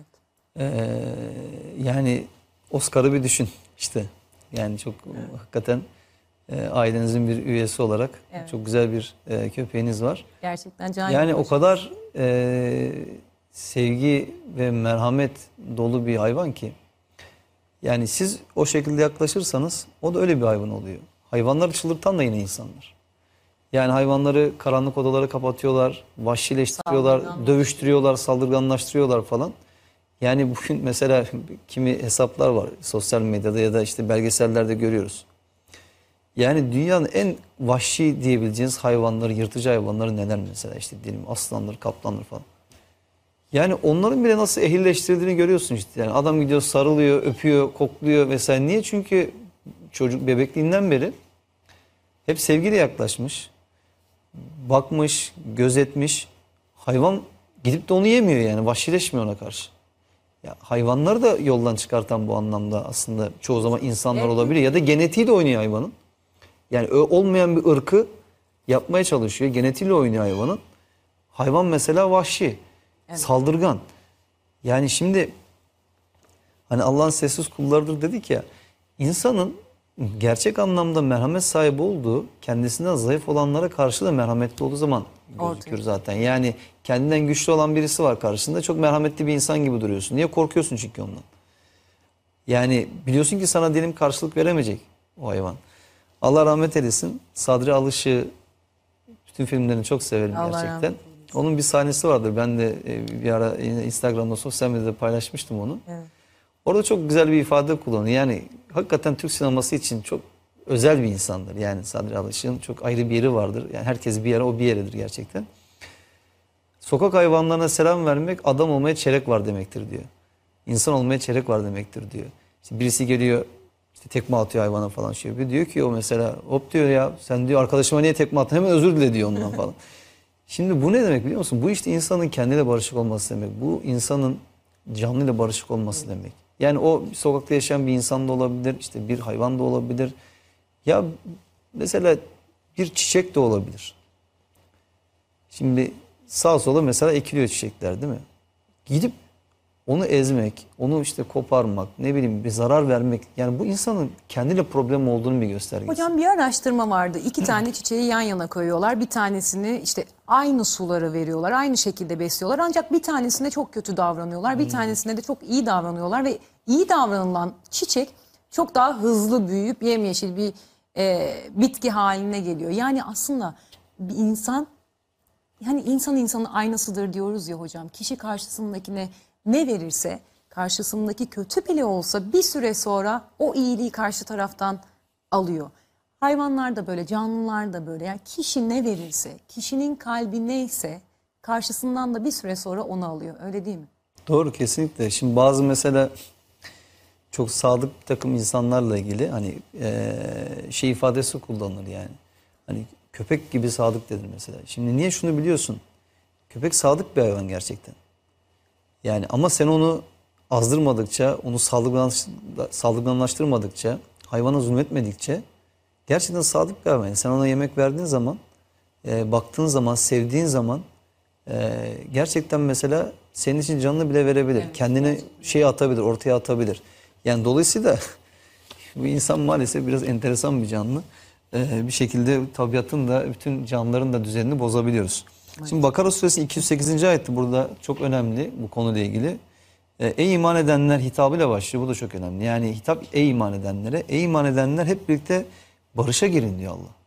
S2: Yani Oscar'ı bir düşün işte. Yani çok hakikaten ailenizin bir üyesi olarak çok güzel bir köpeğiniz var.
S1: Gerçekten can
S2: Yani o
S1: yaklaşık.
S2: kadar sevgi ve merhamet dolu bir hayvan ki. Yani siz o şekilde yaklaşırsanız o da öyle bir hayvan oluyor. Hayvanları çıldırtan da yine insanlar. Yani hayvanları karanlık odalara kapatıyorlar, vahşileştiriyorlar, dövüştürüyorlar, saldırganlaştırıyorlar falan. Yani bugün mesela kimi hesaplar var sosyal medyada ya da işte belgesellerde görüyoruz. Yani dünyanın en vahşi diyebileceğiniz hayvanları, yırtıcı hayvanları neler mesela işte diyelim aslanlar, kaplanlar falan. Yani onların bile nasıl ehilleştirdiğini görüyorsun işte. Yani adam gidiyor sarılıyor, öpüyor, kokluyor vesaire. Niye? Çünkü çocuk bebekliğinden beri hep sevgiyle yaklaşmış, bakmış, gözetmiş. Hayvan gidip de onu yemiyor yani vahşileşmiyor ona karşı. Ya hayvanları da yoldan çıkartan bu anlamda aslında çoğu zaman insanlar olabilir ya da genetiğiyle oynuyor hayvanın. Yani olmayan bir ırkı yapmaya çalışıyor. Genetiğiyle oynuyor hayvanın. Hayvan mesela vahşi, saldırgan. Yani şimdi hani Allah'ın sessiz kullarıdır dedik ya. İnsanın gerçek anlamda merhamet sahibi olduğu, kendisinden zayıf olanlara karşı da merhametli olduğu zaman gözükür zaten. Yani kendinden güçlü olan birisi var karşısında, çok merhametli bir insan gibi duruyorsun. Niye? Korkuyorsun çünkü ondan. Yani biliyorsun ki sana diyelim karşılık veremeyecek o hayvan. Allah rahmet eylesin. Sadri Alış'ı bütün filmlerini çok severim gerçekten. Onun bir sahnesi vardır. Ben de bir ara Instagram'da, sosyal medyada paylaşmıştım onu. Evet. Orada çok güzel bir ifade kullanıyor. Yani hakikaten Türk sineması için çok özel bir insandır. Yani Sadri Alış'ın çok ayrı bir yeri vardır. Yani herkes bir yere, o bir yeredir gerçekten. Sokak hayvanlarına selam vermek adam olmaya çeyrek var demektir diyor. İnsan olmaya çeyrek var demektir diyor. İşte birisi geliyor işte tekme atıyor hayvana falan şey yapıyor. Diyor ki o mesela hop diyor ya sen diyor arkadaşıma niye tekme attın, hemen özür dile diyor ondan falan. Şimdi bu ne demek biliyor musun? Bu işte insanın kendiyle barışık olması demek. Bu insanın canlıyla barışık olması demek. Yani o sokakta yaşayan bir insan da olabilir, işte bir hayvan da olabilir. Ya mesela bir çiçek de olabilir. Şimdi sağa sola mesela ekiliyor çiçekler değil mi? Gidip onu ezmek, onu işte koparmak, ne bileyim bir zarar vermek. Yani bu insanın kendiyle problem olduğunu bir göstergesi.
S1: Hocam bir araştırma vardı. 2 tane çiçeği yan yana koyuyorlar. Bir tanesini işte aynı suları veriyorlar. Aynı şekilde besliyorlar. Ancak bir tanesine çok kötü davranıyorlar. Bir tanesine de çok iyi davranıyorlar. Ve iyi davranılan çiçek çok daha hızlı büyüyüp yemyeşil bir bitki haline geliyor. Yani aslında bir insan, yani insan insanın aynasıdır diyoruz ya hocam. Kişi karşısındakine ne verirse, karşısındaki kötü bile olsa bir süre sonra o iyiliği karşı taraftan alıyor. Hayvanlar da böyle, canlılar da böyle. Yani kişi ne verirse, kişinin kalbi neyse karşısından da bir süre sonra onu alıyor. Öyle değil mi?
S2: Doğru, kesinlikle. Şimdi bazı mesela çok sadık bir takım insanlarla ilgili hani şey ifadesi kullanılır yani. Hani köpek gibi sadık denir mesela. Şimdi niye şunu biliyorsun? Köpek sadık bir hayvan gerçekten. Yani ama sen onu azdırmadıkça, onu saldırganlaştırmadıkça, hayvana zulmetmedikçe gerçekten sadık bir hayvan. Yani sen ona yemek verdiğin zaman, baktığın zaman, sevdiğin zaman gerçekten mesela senin için canını bile verebilir. Evet, kendini şey atabilir, ortaya atabilir. Yani dolayısıyla bu insan maalesef biraz enteresan bir canlı. Bir şekilde tabiatın da bütün canlıların da düzenini bozabiliyoruz. Şimdi Bakara suresi 208. ayette burada çok önemli bu konuyla ilgili. Ey iman edenler hitabıyla başlıyor. Bu da çok önemli. Yani hitap ey iman edenlere. Ey iman edenler hep birlikte barışa girin diyor Allah.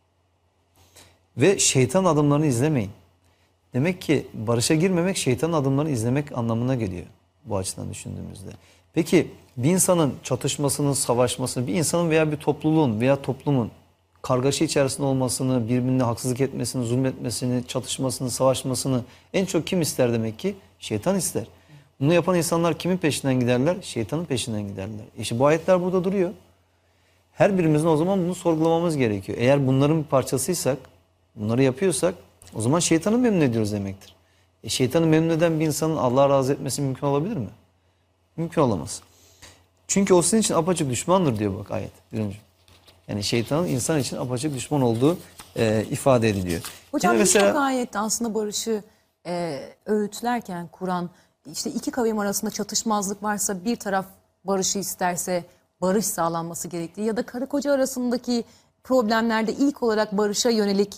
S2: Ve şeytan adımlarını izlemeyin. Demek ki barışa girmemek şeytanın adımlarını izlemek anlamına geliyor bu açıdan düşündüğümüzde. Peki bir insanın çatışmasının, savaşmasını, bir insanın veya bir topluluğun veya toplumun kargaşa içerisinde olmasını, birbirine haksızlık etmesini, zulmetmesini, çatışmasını, savaşmasını en çok kim ister demek ki? Şeytan ister. Bunu yapan insanlar kimin peşinden giderler? Şeytanın peşinden giderler. İşte bu ayetler burada duruyor. Her birimizin o zaman bunu sorgulamamız gerekiyor. Eğer bunların bir parçasıysak, bunları yapıyorsak o zaman şeytanı memnun ediyoruz demektir. Şeytanı memnun eden bir insanın Allah'a razı etmesi mümkün olabilir mi? Mümkün olamaz. Çünkü o sizin için apaçık düşmandır diyor bak ayet. Yani şeytanın insan için apaçık düşman olduğu ifade ediliyor.
S1: Hocam
S2: Yine
S1: birçok ayette aslında barışı öğütlerken Kur'an işte iki kavim arasında çatışmazlık varsa bir taraf barışı isterse barış sağlanması gerektiği ya da karı koca arasındaki problemlerde ilk olarak barışa yönelik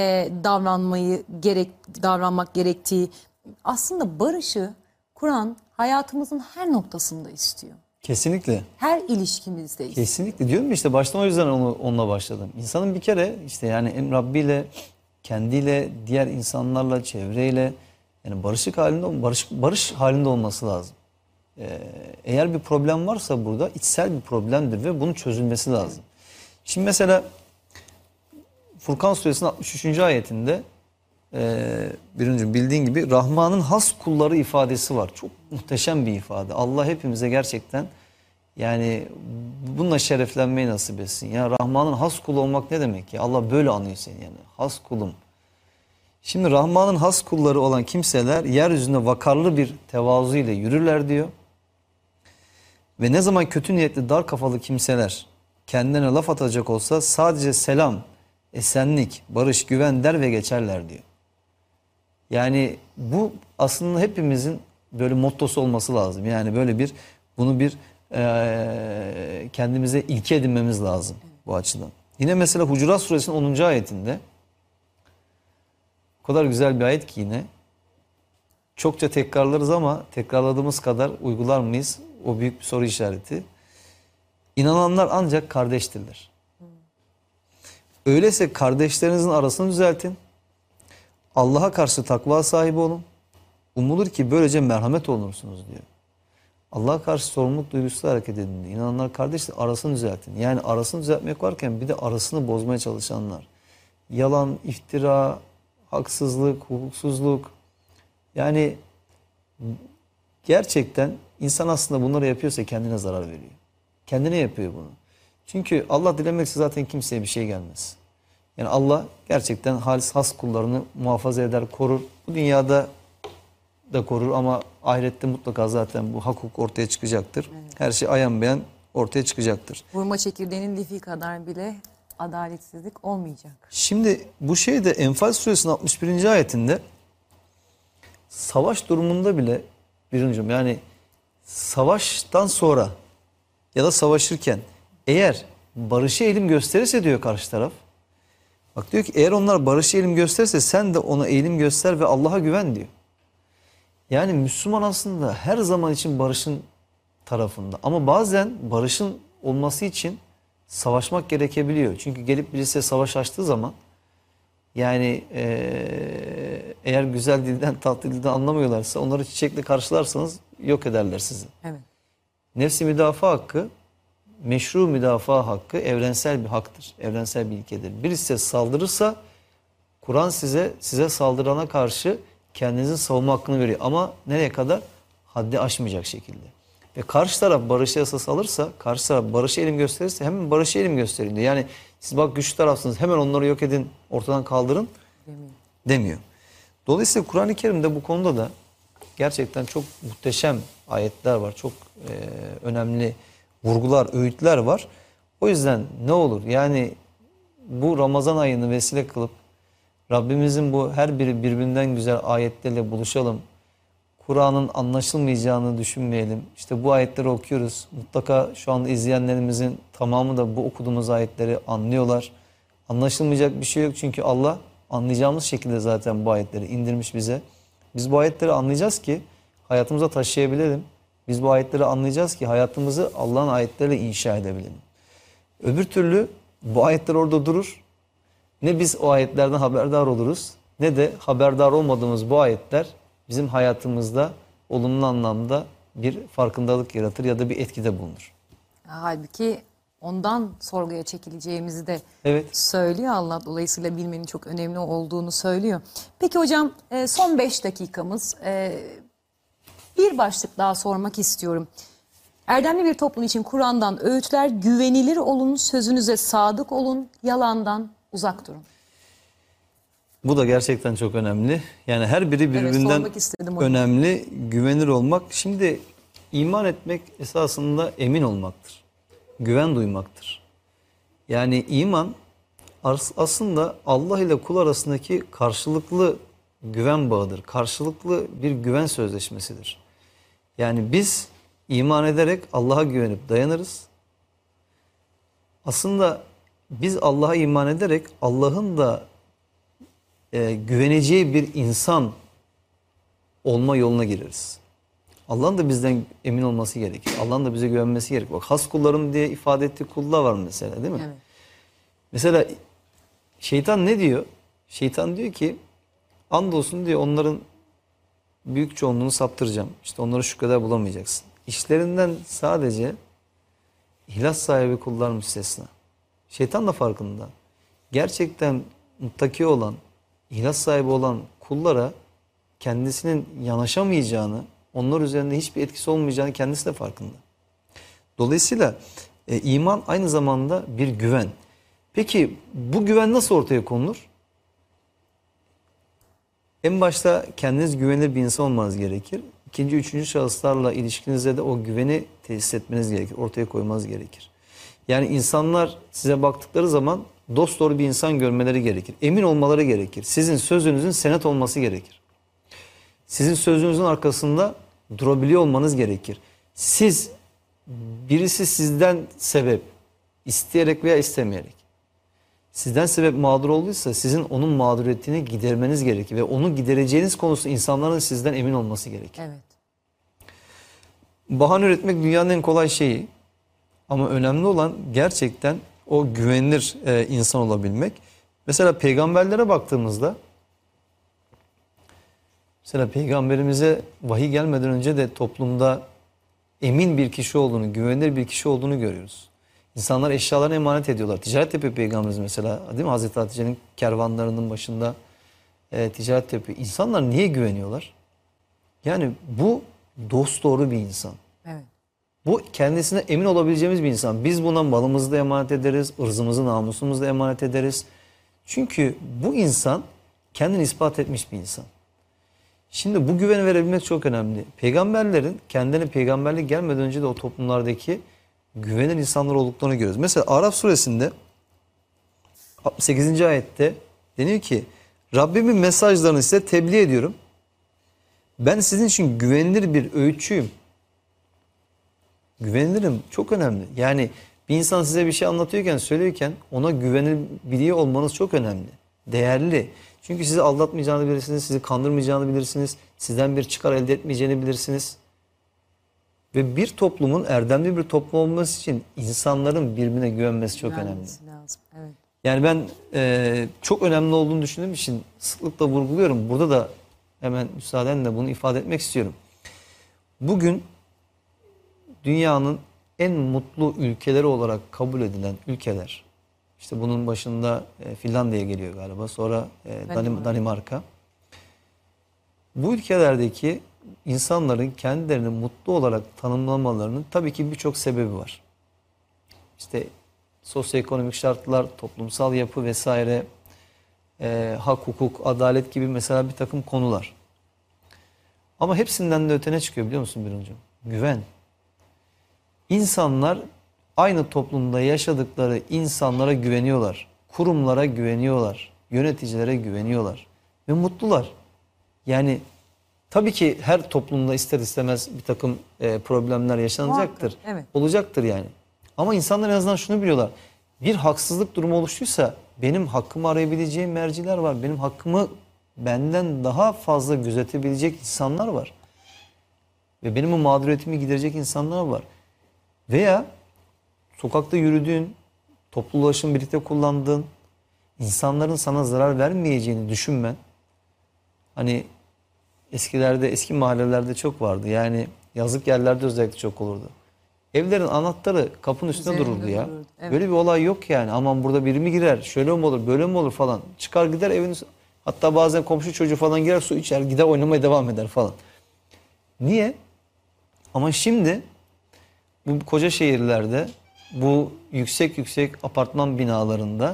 S1: davranmak gerektiği, aslında barışı Kur'an hayatımızın her noktasında istiyor.
S2: kesinlikle.
S1: Her ilişkimizde istiyor.
S2: Kesinlikle diyorum ya, işte baştan o yüzden onunla başladım. İnsanın bir kere işte yani hem Rabbi ile, kendiyle, diğer insanlarla, çevreyle yani barış halinde olması lazım. Eğer bir problem varsa burada içsel bir problemdir ve bunun çözülmesi lazım. Şimdi mesela Furkan suresinin 63. ayetinde birincim bildiğin gibi Rahman'ın has kulları ifadesi var. Çok muhteşem bir ifade. Allah hepimize gerçekten yani bununla şereflenmeyi nasip etsin. Ya Rahman'ın has kulu olmak ne demek ya? Allah böyle anıyor seni yani. Has kulum. Şimdi Rahman'ın has kulları olan kimseler yeryüzünde vakarlı bir tevazu ile yürürler diyor. Ve ne zaman kötü niyetli dar kafalı kimseler kendilerine laf atacak olsa sadece selam, esenlik, barış, güven der ve geçerler diyor. Yani bu aslında hepimizin böyle mottosu olması lazım. Yani böyle bunu kendimize ilke edinmemiz lazım bu açıdan. Yine mesela Hucurat Suresinin 10. ayetinde o kadar güzel bir ayet ki yine çokça tekrarlarız ama tekrarladığımız kadar uygular mıyız? O büyük bir soru işareti. İnananlar ancak kardeştirler. Öyleyse kardeşlerinizin arasını düzeltin. Allah'a karşı takva sahibi olun. Umulur ki böylece merhamet olursunuz diyor. Allah'a karşı sorumluluk duygusuyla hareket edin diyor. İnananlar kardeşler arasını düzeltin. Yani arasını düzeltmek varken bir de arasını bozmaya çalışanlar. Yalan, iftira, haksızlık, hukuksuzluk. Yani gerçekten insan aslında bunları yapıyorsa kendine zarar veriyor. Kendine yapıyor bunu. Çünkü Allah dilemekse zaten kimseye bir şey gelmez. Yani Allah gerçekten halis has kullarını muhafaza eder, korur. Bu dünyada da korur ama ahirette mutlaka zaten bu hak hukuk ortaya çıkacaktır. Evet. Her şey ayan beyan ortaya çıkacaktır.
S1: Vurma çekirdeğinin lifi kadar bile adaletsizlik olmayacak.
S2: Şimdi bu şeyde Enfal suresinin 61. ayetinde savaş durumunda bile birincim yani savaştan sonra ya da savaşırken eğer barışı eğilim gösterirse diyor karşı taraf. Bak diyor ki eğer onlar barışı eğilim gösterirse sen de ona eğilim göster ve Allah'a güven diyor. Yani Müslüman aslında her zaman için barışın tarafında. Ama bazen barışın olması için savaşmak gerekebiliyor. Çünkü gelip birisi savaş açtığı zaman yani eğer güzel dilden tatlı dilden anlamıyorlarsa onları çiçekle karşılarsanız yok ederler sizi. Evet. Nefsi müdafaa hakkı, meşru müdafaa hakkı evrensel bir haktır. Evrensel bir ilkedir. Birisi size saldırırsa Kur'an size saldırana karşı kendinizin savunma hakkını veriyor. Ama nereye kadar? Haddi aşmayacak şekilde. Ve karşı taraf barış yasası alırsa, karşı taraf barışı elim gösterirse hemen barışı elim gösterin diyor. Yani siz bak güçlü tarafsınız hemen onları yok edin, ortadan kaldırın demiyor. Dolayısıyla Kur'an-ı Kerim'de bu konuda da gerçekten çok muhteşem ayetler var. Çok önemli vurgular, öğütler var. O yüzden ne olur yani bu Ramazan ayını vesile kılıp Rabbimizin bu her biri birbirinden güzel ayetlerle buluşalım. Kur'an'ın anlaşılmayacağını düşünmeyelim. İşte bu ayetleri okuyoruz. Mutlaka şu anda izleyenlerimizin tamamı da bu okuduğumuz ayetleri anlıyorlar. Anlaşılmayacak bir şey yok çünkü Allah anlayacağımız şekilde zaten bu ayetleri indirmiş bize. Biz bu ayetleri anlayacağız ki hayatımıza taşıyabilelim. Biz bu ayetleri anlayacağız ki hayatımızı Allah'ın ayetleriyle inşa edebilelim. Öbür türlü bu ayetler orada durur. Ne biz o ayetlerden haberdar oluruz ne de haberdar olmadığımız bu ayetler bizim hayatımızda olumlu anlamda bir farkındalık yaratır ya da bir etkide bulunur.
S1: Halbuki ondan sorguya çekileceğimizi de
S2: evet.
S1: söylüyor Allah. Dolayısıyla bilmenin çok önemli olduğunu söylüyor. Peki hocam son 5 dakikamız. Bir başlık daha sormak istiyorum. Erdemli bir toplum için Kur'an'dan öğütler: güvenilir olun, sözünüze sadık olun, yalandan uzak durun.
S2: Bu da gerçekten çok önemli. Yani her biri
S1: Evet,
S2: birbirinden
S1: sormak istedim onu.
S2: önemli, güvenilir olmak. Şimdi iman etmek esasında emin olmaktır. Güven duymaktır. Yani iman aslında Allah ile kul arasındaki karşılıklı güven bağıdır. Karşılıklı bir güven sözleşmesidir. Yani biz iman ederek Allah'a güvenip dayanırız. Aslında biz Allah'a iman ederek Allah'ın da güveneceği bir insan olma yoluna gireriz. Allah'ın da bizden emin olması gerekir. Allah'ın da bize güvenmesi gerekir. Bak, has kullarım diye ifade ettiği kullar var mesela, değil mi?
S1: Evet.
S2: Mesela şeytan ne diyor? Şeytan diyor ki, andolsun diyor, onların büyük çoğunluğunu saptıracağım. İşte onları şu kadar bulamayacaksın. İşlerinden sadece ihlas sahibi kullar müstesna. Şeytan da farkında. Gerçekten muttaki olan, ihlas sahibi olan kullara kendisinin yanaşamayacağını, onlar üzerinde hiçbir etkisi olmayacağını kendisi de farkında. Dolayısıyla iman aynı zamanda bir güven. Peki bu güven nasıl ortaya konulur? En başta kendiniz güvenilir bir insan olmanız gerekir. İkinci, üçüncü şahıslarla ilişkinizde de o güveni tesis etmeniz gerekir. Ortaya koymanız gerekir. Yani insanlar size baktıkları zaman dosdoğru bir insan görmeleri gerekir. Emin olmaları gerekir. Sizin sözünüzün senet olması gerekir. Sizin sözünüzün arkasında durabiliyor olmanız gerekir. Birisi sizden sebep, isteyerek veya istemeyerek, sizden sebep mağdur olduysa sizin onun mağduriyetini gidermeniz gerekir. Ve onu gidereceğiniz konusunda insanların sizden emin olması gerekir.
S1: Evet.
S2: Bahane üretmek dünyanın en kolay şeyi. Ama önemli olan gerçekten o güvenilir insan olabilmek. Mesela peygamberlere baktığımızda, mesela peygamberimize vahiy gelmeden önce de toplumda emin bir kişi olduğunu, güvenilir bir kişi olduğunu görüyoruz. İnsanlar eşyalarını emanet ediyorlar. Ticaret yapıyor peygamberimiz mesela, değil mi? Hazreti Hatice'nin kervanlarının başında ticaret yapıyor. İnsanlar niye güveniyorlar? Yani bu dosdoğru bir insan.
S1: Evet.
S2: Bu kendisine emin olabileceğimiz bir insan. Biz buna malımızı da emanet ederiz, ırzımızı, namusumuzu da emanet ederiz. Çünkü bu insan kendini ispat etmiş bir insan. Şimdi bu güveni verebilmek çok önemli. Peygamberlerin kendilerine peygamberlik gelmeden önce de o toplumlardaki güvenilir insanlar olduklarını görüyoruz. Mesela Araf suresinde 68. ayette deniyor ki, Rabbimin mesajlarını size tebliğ ediyorum. Ben sizin için güvenilir bir öğütçüyüm. Güvenilirim, çok önemli. Yani bir insan size bir şey anlatıyorken, söylüyorken ona güvenebiliyor olmanız çok önemli. Değerli. Çünkü sizi aldatmayacağını bilirsiniz, sizi kandırmayacağını bilirsiniz, sizden bir çıkar elde etmeyeceğini bilirsiniz. Ve bir toplumun erdemli bir toplum olması için insanların birbirine güvenmesi çok önemli.
S1: Lazım. Evet.
S2: Yani ben çok önemli olduğunu düşündüğüm için sıklıkla vurguluyorum. Burada da hemen müsaadenle bunu ifade etmek istiyorum. Bugün dünyanın en mutlu ülkeleri olarak kabul edilen ülkeler, işte bunun başında Finlandiya geliyor galiba, sonra Danimarka. Bu ülkelerdeki insanların kendilerini mutlu olarak tanımlamalarının tabii ki birçok sebebi var. İşte sosyoekonomik şartlar, toplumsal yapı vesaire, hak, hukuk, adalet gibi mesela bir takım konular. Ama hepsinden de ötene çıkıyor, biliyor musun Biruncuğum? Güven. İnsanlar aynı toplumda yaşadıkları insanlara güveniyorlar. Kurumlara güveniyorlar. Yöneticilere güveniyorlar. Ve mutlular. Yani tabii ki her toplumda ister istemez bir takım problemler yaşanacaktır.
S1: Muhakkak, evet.
S2: Olacaktır yani. Ama insanlar en azından şunu biliyorlar. Bir haksızlık durumu oluştuysa benim hakkımı arayabileceğim merciler var. Benim hakkımı benden daha fazla gözetebilecek insanlar var. Ve benim bu mağduriyetimi giderecek insanlar var. Veya sokakta yürüdüğün, toplu ulaşım birlikte kullandığın, insanların sana zarar vermeyeceğini düşünmen, hani eskilerde, eski mahallelerde çok vardı. Yani yazlık yerlerde özellikle çok olurdu. Evlerin anahtarı kapının üstünde
S1: Üzerinde
S2: dururdu ya.
S1: dururdu, evet.
S2: Böyle bir olay yok yani. Aman burada biri mi girer, şöyle mi olur, böyle mi olur falan. Çıkar gider evin, hatta bazen komşu çocuğu falan girer, su içer, gider oynamaya devam eder falan. Niye? Ama şimdi bu koca şehirlerde, bu yüksek yüksek apartman binalarında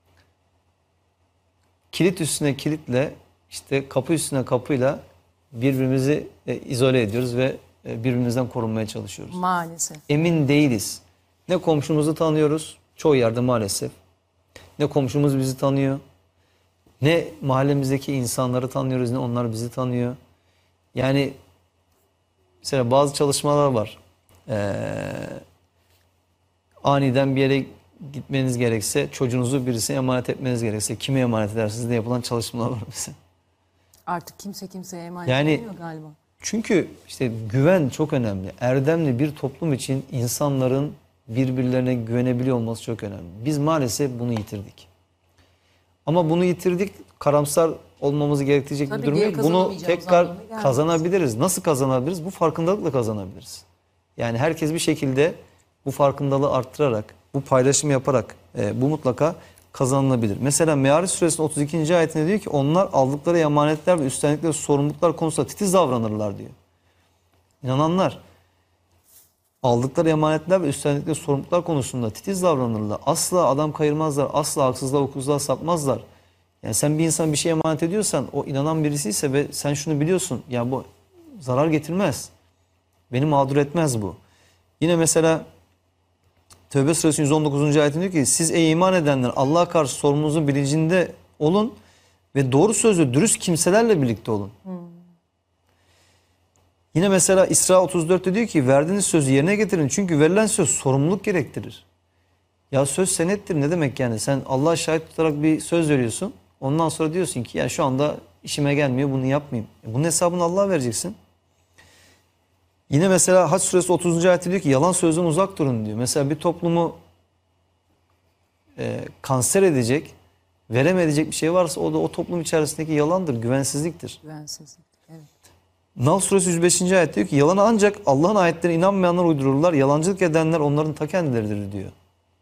S2: kilit üstüne kilitle, işte kapı üstüne kapıyla birbirimizi izole ediyoruz ve birbirimizden korunmaya çalışıyoruz.
S1: Maalesef.
S2: Emin değiliz. Ne komşumuzu tanıyoruz, çoğu yerde maalesef. Ne komşumuz bizi tanıyor, ne mahallemizdeki insanları tanıyoruz, ne onlar bizi tanıyor. Yani mesela bazı çalışmalar var. Aniden bir yere gitmeniz gerekse, çocuğunuzu birisine emanet etmeniz gerekse, kime emanet edersiniz diye yapılan çalışmalar var mesela.
S1: Artık kimse kimseye emanet
S2: Yani
S1: edemiyor galiba.
S2: çünkü işte güven çok önemli. Erdemli bir toplum için insanların birbirlerine güvenebiliyor olması çok önemli. Biz maalesef bunu yitirdik. Ama bunu yitirdik, karamsar olmamız gerektirecek
S1: Tabii
S2: bir durum
S1: geri
S2: yok. Bunu
S1: kazanamayacağımız
S2: tekrar
S1: anlamına gelmez.
S2: kazanabiliriz. Nasıl kazanabiliriz? Bu farkındalıkla kazanabiliriz. Yani herkes bir şekilde bu farkındalığı arttırarak, bu paylaşımı yaparak bu mutlaka kazanılabilir. Mesela Meâriç Suresinin 32. ayetinde diyor ki onlar aldıkları emanetler ve üstlendikleri sorumluluklar konusunda titiz davranırlar diyor. İnananlar aldıkları emanetler ve üstlendikleri sorumluluklar konusunda titiz davranırlar. Asla adam kayırmazlar, asla haksızlığa, hukuksuzluğa sapmazlar. Yani sen bir insan bir şey emanet ediyorsan, o inanan birisiyse ve sen şunu biliyorsun, ya bu zarar getirmez, beni mağdur etmez bu. Yine mesela Tevbe Suresi 119. ayetinde diyor ki siz ey iman edenler Allah'a karşı sorumluluğunuzun bilincinde olun ve doğru sözlü dürüst kimselerle birlikte olun. Yine mesela İsra 34'te diyor ki verdiğiniz sözü yerine getirin çünkü verilen söz sorumluluk gerektirir. Ya söz senettir ne demek yani? Sen Allah'a şahit tutarak bir söz veriyorsun. Ondan sonra diyorsun ki ya şu anda işime gelmiyor, bunu yapmayayım. Bunun hesabını Allah'a vereceksin. Yine mesela Hac suresi 30. ayette diyor ki yalan sözden uzak durun diyor. Mesela bir toplumu kanser edecek, veremeyecek bir şey varsa o da o toplum içerisindeki yalandır, güvensizliktir.
S1: Güvensizlik. Evet.
S2: Nahl suresi 105. ayet diyor ki yalana ancak Allah'ın ayetlerine inanmayanlar uydururlar. Yalancılık edenler onların ta kendileridir diyor.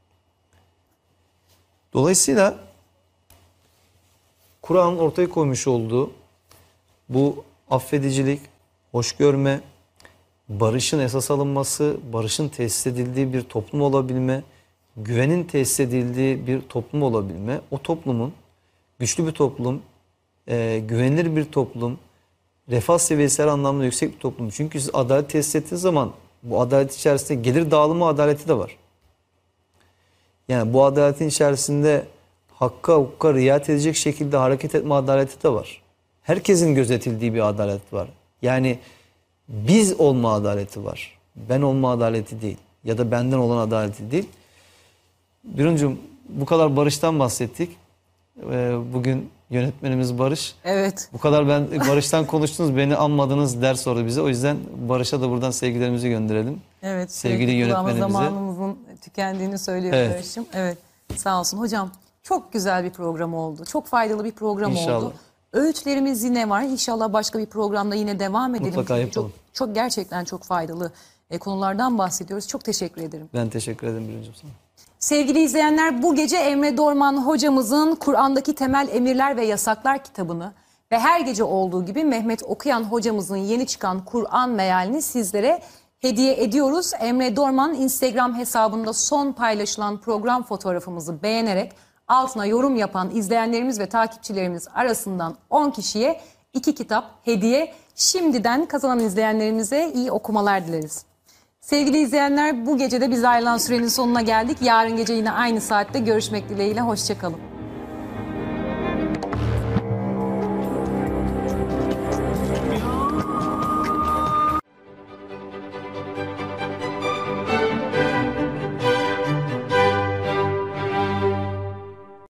S2: Dolayısıyla Kur'an'ın ortaya koymuş olduğu bu affedicilik, hoş görme, barışın esas alınması, barışın tesis edildiği bir toplum olabilme, güvenin tesis edildiği bir toplum olabilme, o toplumun güçlü bir toplum, güvenilir bir toplum, refah seviyesi her anlamda yüksek bir toplum. Çünkü siz adalet tesis ettiğiniz zaman bu adalet içerisinde gelir dağılımı adaleti de var. Yani bu adaletin içerisinde hakka hukuka riayet edecek şekilde hareket etme adaleti de var. Herkesin gözetildiği bir adalet var. Yani biz olma adaleti var. Ben olma adaleti değil. Ya da benden olan adaleti değil. Biruncuğum bu kadar barıştan bahsettik. Bugün yönetmenimiz Barış.
S1: Evet.
S2: Bu kadar Barış'tan konuştunuz, beni anmadınız der sonra bize. O yüzden Barış'a da buradan sevgilerimizi gönderelim.
S1: Evet.
S2: Sevgili yönetmenimize.
S1: Zamanımızın tükendiğini söylüyor
S2: Evet.
S1: Barış'ım. Evet. Sağ olsun. Hocam çok güzel bir program oldu. Çok faydalı bir program
S2: İnşallah.
S1: oldu. Öğütlerimiz yine var. İnşallah başka bir programda yine devam edelim.
S2: Mutlaka
S1: Çünkü
S2: yapalım.
S1: çok gerçekten çok faydalı konulardan bahsediyoruz. Çok teşekkür ederim.
S2: Ben teşekkür ederim Biruncuğum sana.
S1: Sevgili izleyenler, bu gece Emre Dorman hocamızın Kur'an'daki Temel Emirler ve Yasaklar kitabını ve her gece olduğu gibi Mehmet Okuyan hocamızın yeni çıkan Kur'an mealini sizlere hediye ediyoruz. Emre Dorman Instagram hesabında son paylaşılan program fotoğrafımızı beğenerek altına yorum yapan izleyenlerimiz ve takipçilerimiz arasından 10 kişiye 2 kitap hediye. Şimdiden kazanan izleyenlerimize iyi okumalar dileriz. Sevgili izleyenler, bu gece de biz ayrılan sürenin sonuna geldik. Yarın gece yine aynı saatte görüşmek dileğiyle. Hoşça kalın.